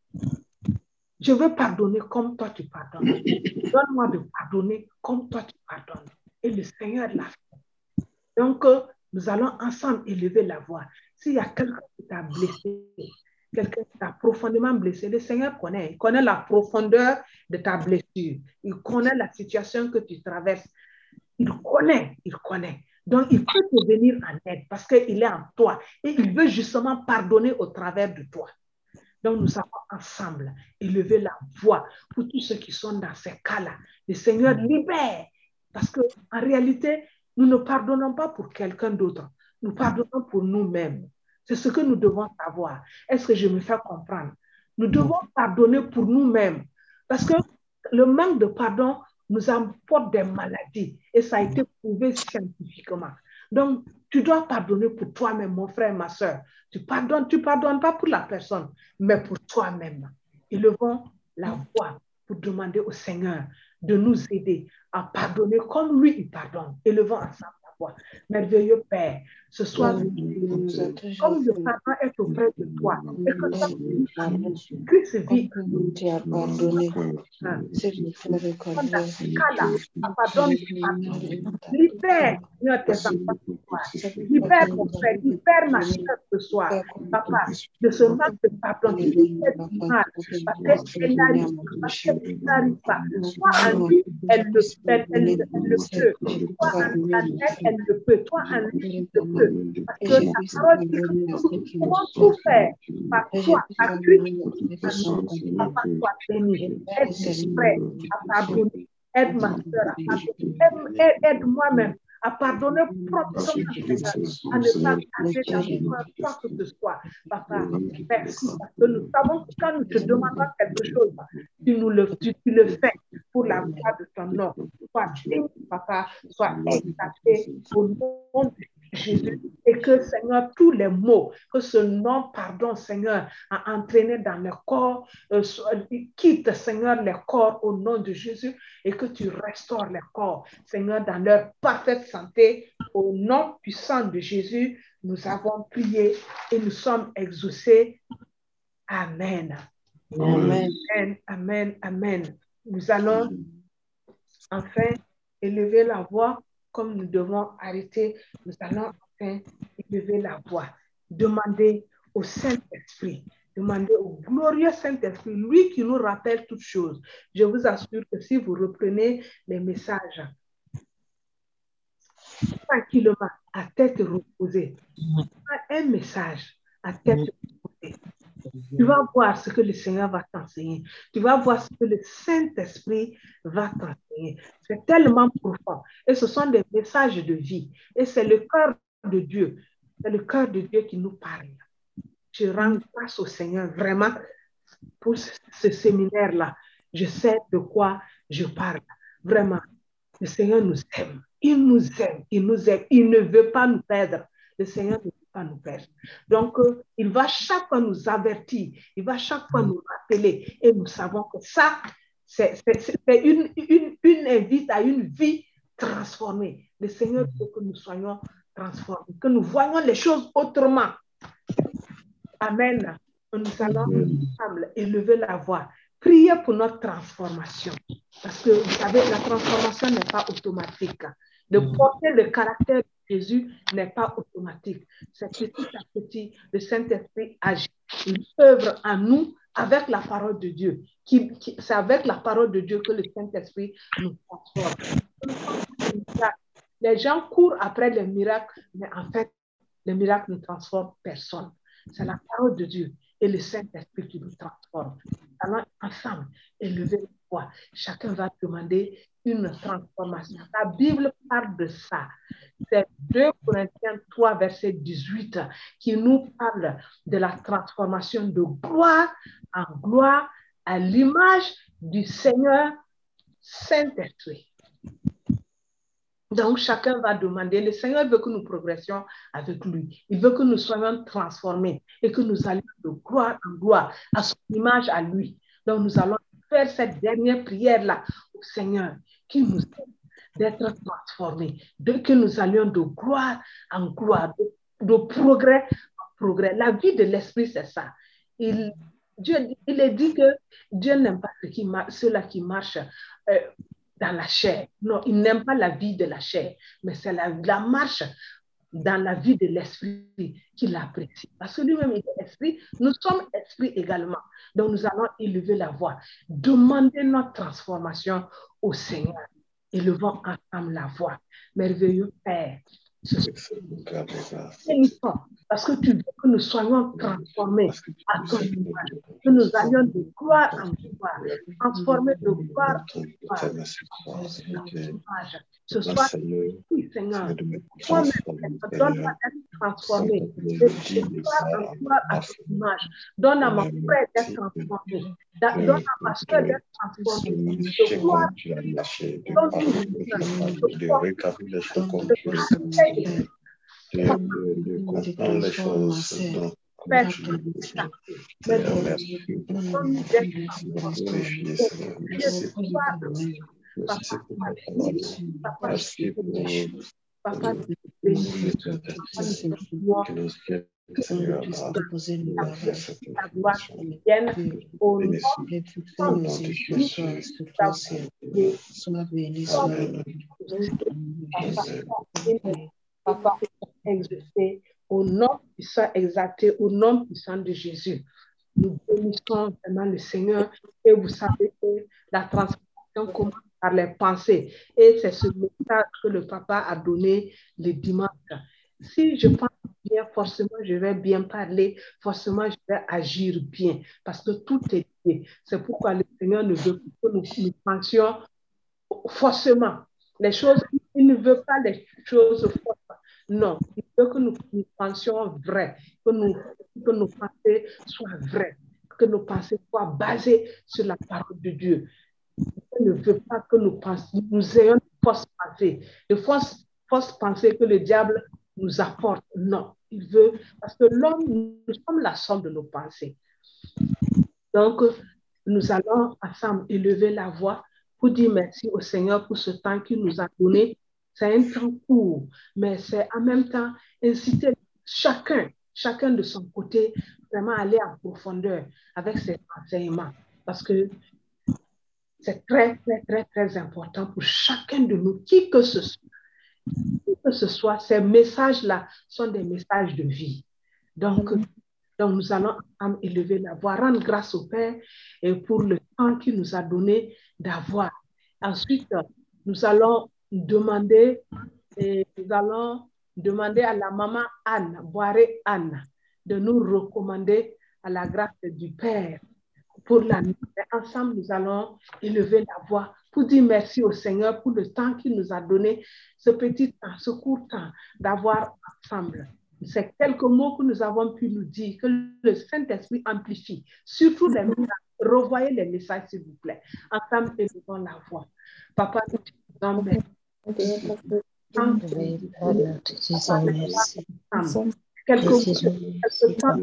Je veux pardonner comme toi tu pardonnes. Donne-moi de pardonner comme toi tu pardonnes. Et le Seigneur l'a fait. Donc, nous allons ensemble élever la voix. S'il y a quelqu'un qui t'a blessé, quelqu'un qui t'a profondément blessé, le Seigneur connaît. Il connaît la profondeur de ta blessure. Il connaît la situation que tu traverses. Il connaît, il connaît. Donc, il peut te venir en aide parce qu'il est en toi. Et il veut justement pardonner au travers de toi. Donc, nous allons ensemble élever la voix pour tous ceux qui sont dans ces cas-là. Le Seigneur libère. Parce qu'en réalité, nous ne pardonnons pas pour quelqu'un d'autre. Nous pardonnons pour nous-mêmes. C'est ce que nous devons savoir. Est-ce que je me fais comprendre? Nous devons pardonner pour nous-mêmes. Parce que le manque de pardon nous apporte des maladies. Et ça a été prouvé scientifiquement. Donc, tu dois pardonner pour toi-même, mon frère, ma soeur. Tu pardonnes, tu pardonnes pas pour la personne, mais pour toi-même. Élevons la voix pour demander au Seigneur de nous aider à pardonner comme lui, il pardonne. Élevons ensemble la voix. Merveilleux Père, ce soir, comme le pardon est auprès de toi, et que toi, Christ vit, tu as pardonné. pardonne, libère notre enfant ce soir. Libère mon frère, libère ma soeur ce soir, papa, de ce manque de pardon qui lui fait du mal, parce qu'elle n'arrive pas, parce qu'elle n'arrive pas. Toi, en lui, elle le, elle, elle, elle le peut. Toi, en elle, elle le peut. Toi, en lui, elle le peut. Parce que la parole dit que nous pouvons tout faire par toi, par Christ. Papa, sois béni. Aide-moi, frère, à pardonner. Aide ma soeur à pardonner. Aide, aide moi-même à pardonner proprement, à ne pas passer dans quoi que ce soit. Papa, merci parce que nous savons que quand nous te demandons quelque chose, tu nous le, tu, tu le fais pour la gloire de ton nom. Sois béni, papa, sois exalté au nom de Jésus, et que, Seigneur, tous les mots que ce nom, pardon, Seigneur, a entraîné dans le corps, euh, quitte, Seigneur, les corps au nom de Jésus, et que tu restaures les corps, Seigneur, dans leur parfaite santé. Au nom puissant de Jésus, nous avons prié et nous sommes exaucés. Amen. Amen. Amen. Amen. Amen. Nous allons enfin élever la voix. Comme nous devons arrêter, nous allons enfin élever la voix. Demander au Saint-Esprit, demander au glorieux Saint-Esprit, lui qui nous rappelle toutes choses. Je vous assure que si vous reprenez les messages tranquillement, à tête reposée, un message à tête reposée, tu vas voir ce que le Seigneur va t'enseigner. Tu vas voir ce que le Saint-Esprit va t'enseigner. C'est tellement profond. Et ce sont des messages de vie. Et c'est le cœur de Dieu. C'est le cœur de Dieu qui nous parle. Je rends grâce au Seigneur vraiment pour ce, ce séminaire-là. Je sais de quoi je parle. Vraiment, le Seigneur nous aime. Il nous aime. Il nous aime. Il ne veut pas nous perdre. Le Seigneur ne veut pas nous perdre. Donc, euh, il va chaque fois nous avertir. Il va chaque fois nous rappeler. Et nous savons que ça, c'est une, une, une invite à une vie transformée. Le Seigneur veut que nous soyons transformés, que nous voyons les choses autrement. Amen. Nous allons ensemble élever la voix. Priez pour notre transformation. Parce que, vous savez, la transformation n'est pas automatique. De porter le caractère de Jésus n'est pas automatique. C'est petit à petit, le Saint-Esprit agit. Il œuvre en nous avec la parole de Dieu. Qui, qui, c'est avec la parole de Dieu que le Saint-Esprit nous transforme. Les gens courent après les miracles, mais en fait, les miracles ne transforment personne. C'est la parole de Dieu et le Saint-Esprit qui nous transforme. Allons ensemble élever la voix. Chacun va demander une transformation. La Bible parle de ça. C'est deux Corinthiens trois, verset dix-huit, qui nous parle de la transformation de gloire en gloire à l'image du Seigneur Saint-Esprit. Donc, chacun va demander. Le Seigneur veut que nous progressions avec lui. Il veut que nous soyons transformés et que nous allions de gloire en gloire à son image à lui. Donc, nous allons faire cette dernière prière-là au Seigneur qui nous aide d'être transformés, de, que nous allions de gloire en gloire, de, de progrès en progrès. La vie de l'esprit, c'est ça. Il, Dieu, il est dit que Dieu n'aime pas ceux qui, ceux-là qui marchent euh, dans la chair. Non, il n'aime pas la vie de la chair, mais c'est la, la marche dans la vie de l'esprit qu'il apprécie. Parce que lui-même, il est esprit, nous sommes esprit également. Donc, nous allons élever la voix, demander notre transformation au Seigneur. Élevons ensemble la voix. Merveilleux Père, parce que tu veux que nous soyons transformés à ton image, que nous allions de gloire en gloire, transformés de gloire en gloire. Ce soir, oui, Seigneur, toi-même, donne-moi d'être transformé, de gloire en gloire à ton image. Donne à mon frère d'être transformé, donne à ma soeur d'être transformée, de gloire de comprendre les choses Père, Papa, la gloire vienne au nom de Papa, exaucé au nom puissant, exalté au nom puissant de Jésus. Nous bénissons vraiment le Seigneur et vous savez que la transformation commence par les pensées et c'est ce message que le Papa a donné le dimanche. Si je pense bien, forcément je vais bien parler, forcément je vais agir bien parce que tout est lié. C'est pourquoi le Seigneur ne veut pas que nous, nous pensions forcément les choses, il ne veut pas les choses fortes. Non, il veut que nous, nous pensions vrai, que, nous, que nos pensées soient vraies, que nos pensées soient basées sur la parole de Dieu. Il ne veut pas que nous pensions, nous ayons de fausses pensées, de fausses, fausses pensées que le diable nous apporte. Non, il veut, parce que l'homme, nous sommes la somme de nos pensées. Donc, nous allons ensemble élever la voix pour dire merci au Seigneur pour ce temps qu'il nous a donné. C'est un temps court, mais c'est en même temps inciter chacun, chacun de son côté, vraiment aller en profondeur avec ses enseignements. Parce que c'est très, très, très, très important pour chacun de nous, qui que ce soit. Qui que ce soit, ces messages-là sont des messages de vie. Donc, donc nous allons élever la voix, rendre grâce au Père et pour le temps qu'il nous a donné d'avoir. Ensuite, nous allons demander, et nous allons demander à la maman Anne, Boiré Anne, de nous recommander à la grâce du Père pour la nuit. Ensemble, nous allons élever la voix pour dire merci au Seigneur pour le temps qu'il nous a donné, ce petit temps, ce court temps d'avoir ensemble. C'est quelques mots que nous avons pu nous dire, que le Saint-Esprit amplifie. Surtout les messages. Revoyez les messages, s'il vous plaît. Ensemble, élevons la voix. Papa, nous te disons merci. Quelques mots. Quelques temps.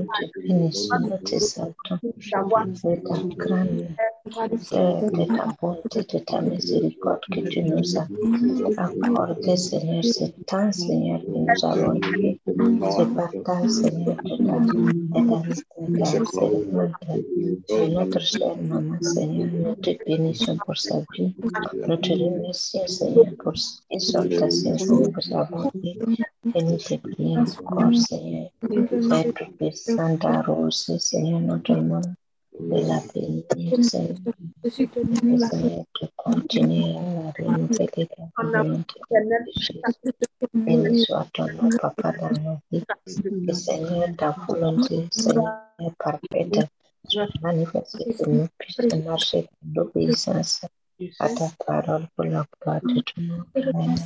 De ta bonté, de ta miséricorde que tu nous as accordé, Seigneur, ce temps, Seigneur, que nous avons eu, ce partage, Seigneur, de ta servante, de notre chère maman, Seigneur. Nous te bénissons pour sa vie. Nous te remercions, Seigneur, pour l'exhortation que nous avons eue. Et nous te prions encore, Seigneur, être puissant d'arroser, Seigneur, notre monde. De la bénir, Seigneur, Seigneur, de continuer à la renouveler la volonté de Jésus. Béni soit ton nom, Papa, dans nos vies. Et Seigneur, ta volonté, Seigneur, parfaite, soit manifestée que nous puissions marcher dans l'obéissance à ta parole pour la gloire de ton nom. Amen.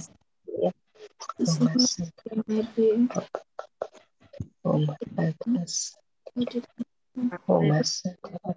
Oh, ma grâce. Oh, ma sainte.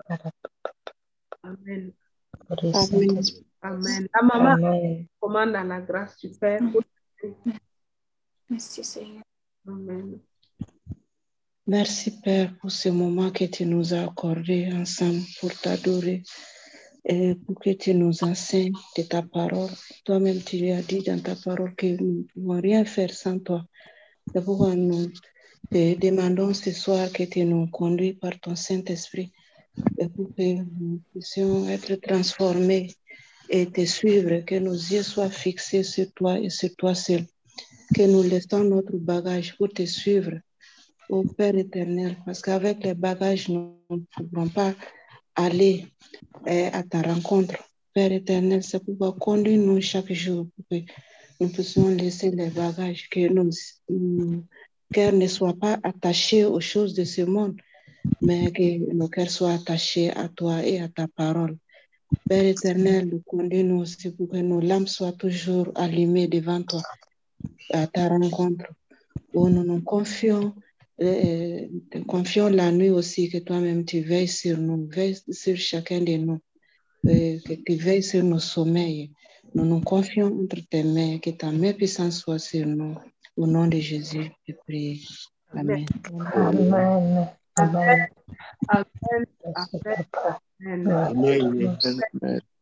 Amen. Amen. Amen. La maman Amen. Commande à la grâce du Père. Merci Seigneur. Amen. Merci Père pour ce moment que tu nous as accordé ensemble pour t'adorer et pour que tu nous enseignes de ta parole. Toi-même, tu lui as dit dans ta parole que nous ne pouvons rien faire sans toi. C'est pourquoi nous te demandons ce soir que tu nous conduis par ton Saint-Esprit et pour que nous puissions être transformés et te suivre, que nos yeux soient fixés sur toi et sur toi seul, que nous laissons notre bagage pour te suivre, au Père éternel, parce qu'avec les bagages, nous ne pourrons pas aller eh, à ta rencontre. Père éternel, c'est pourquoi conduis-nous chaque jour pour que nous puissions laisser les bagages, que nos, nos cœurs ne soient pas attachés aux choses de ce monde, mais que nos cœurs soient attachés à toi et à ta parole. Père éternel, conduis-nous aussi pour que nos lampes soient toujours allumées devant toi, à ta rencontre, où nous nous confions, euh, confions la nuit aussi, que toi-même tu veilles sur nous, veilles sur chacun de nous, euh, que tu veilles sur nos sommeils. Nous nous confions entre tes mains, que ta main puissante soit sur nous. Au nom de Jésus, je prie. Amen. Amen. Amen. Amen. Merci, Amen. Papa. Amen. Gloire à Amen. Dieu. Amen.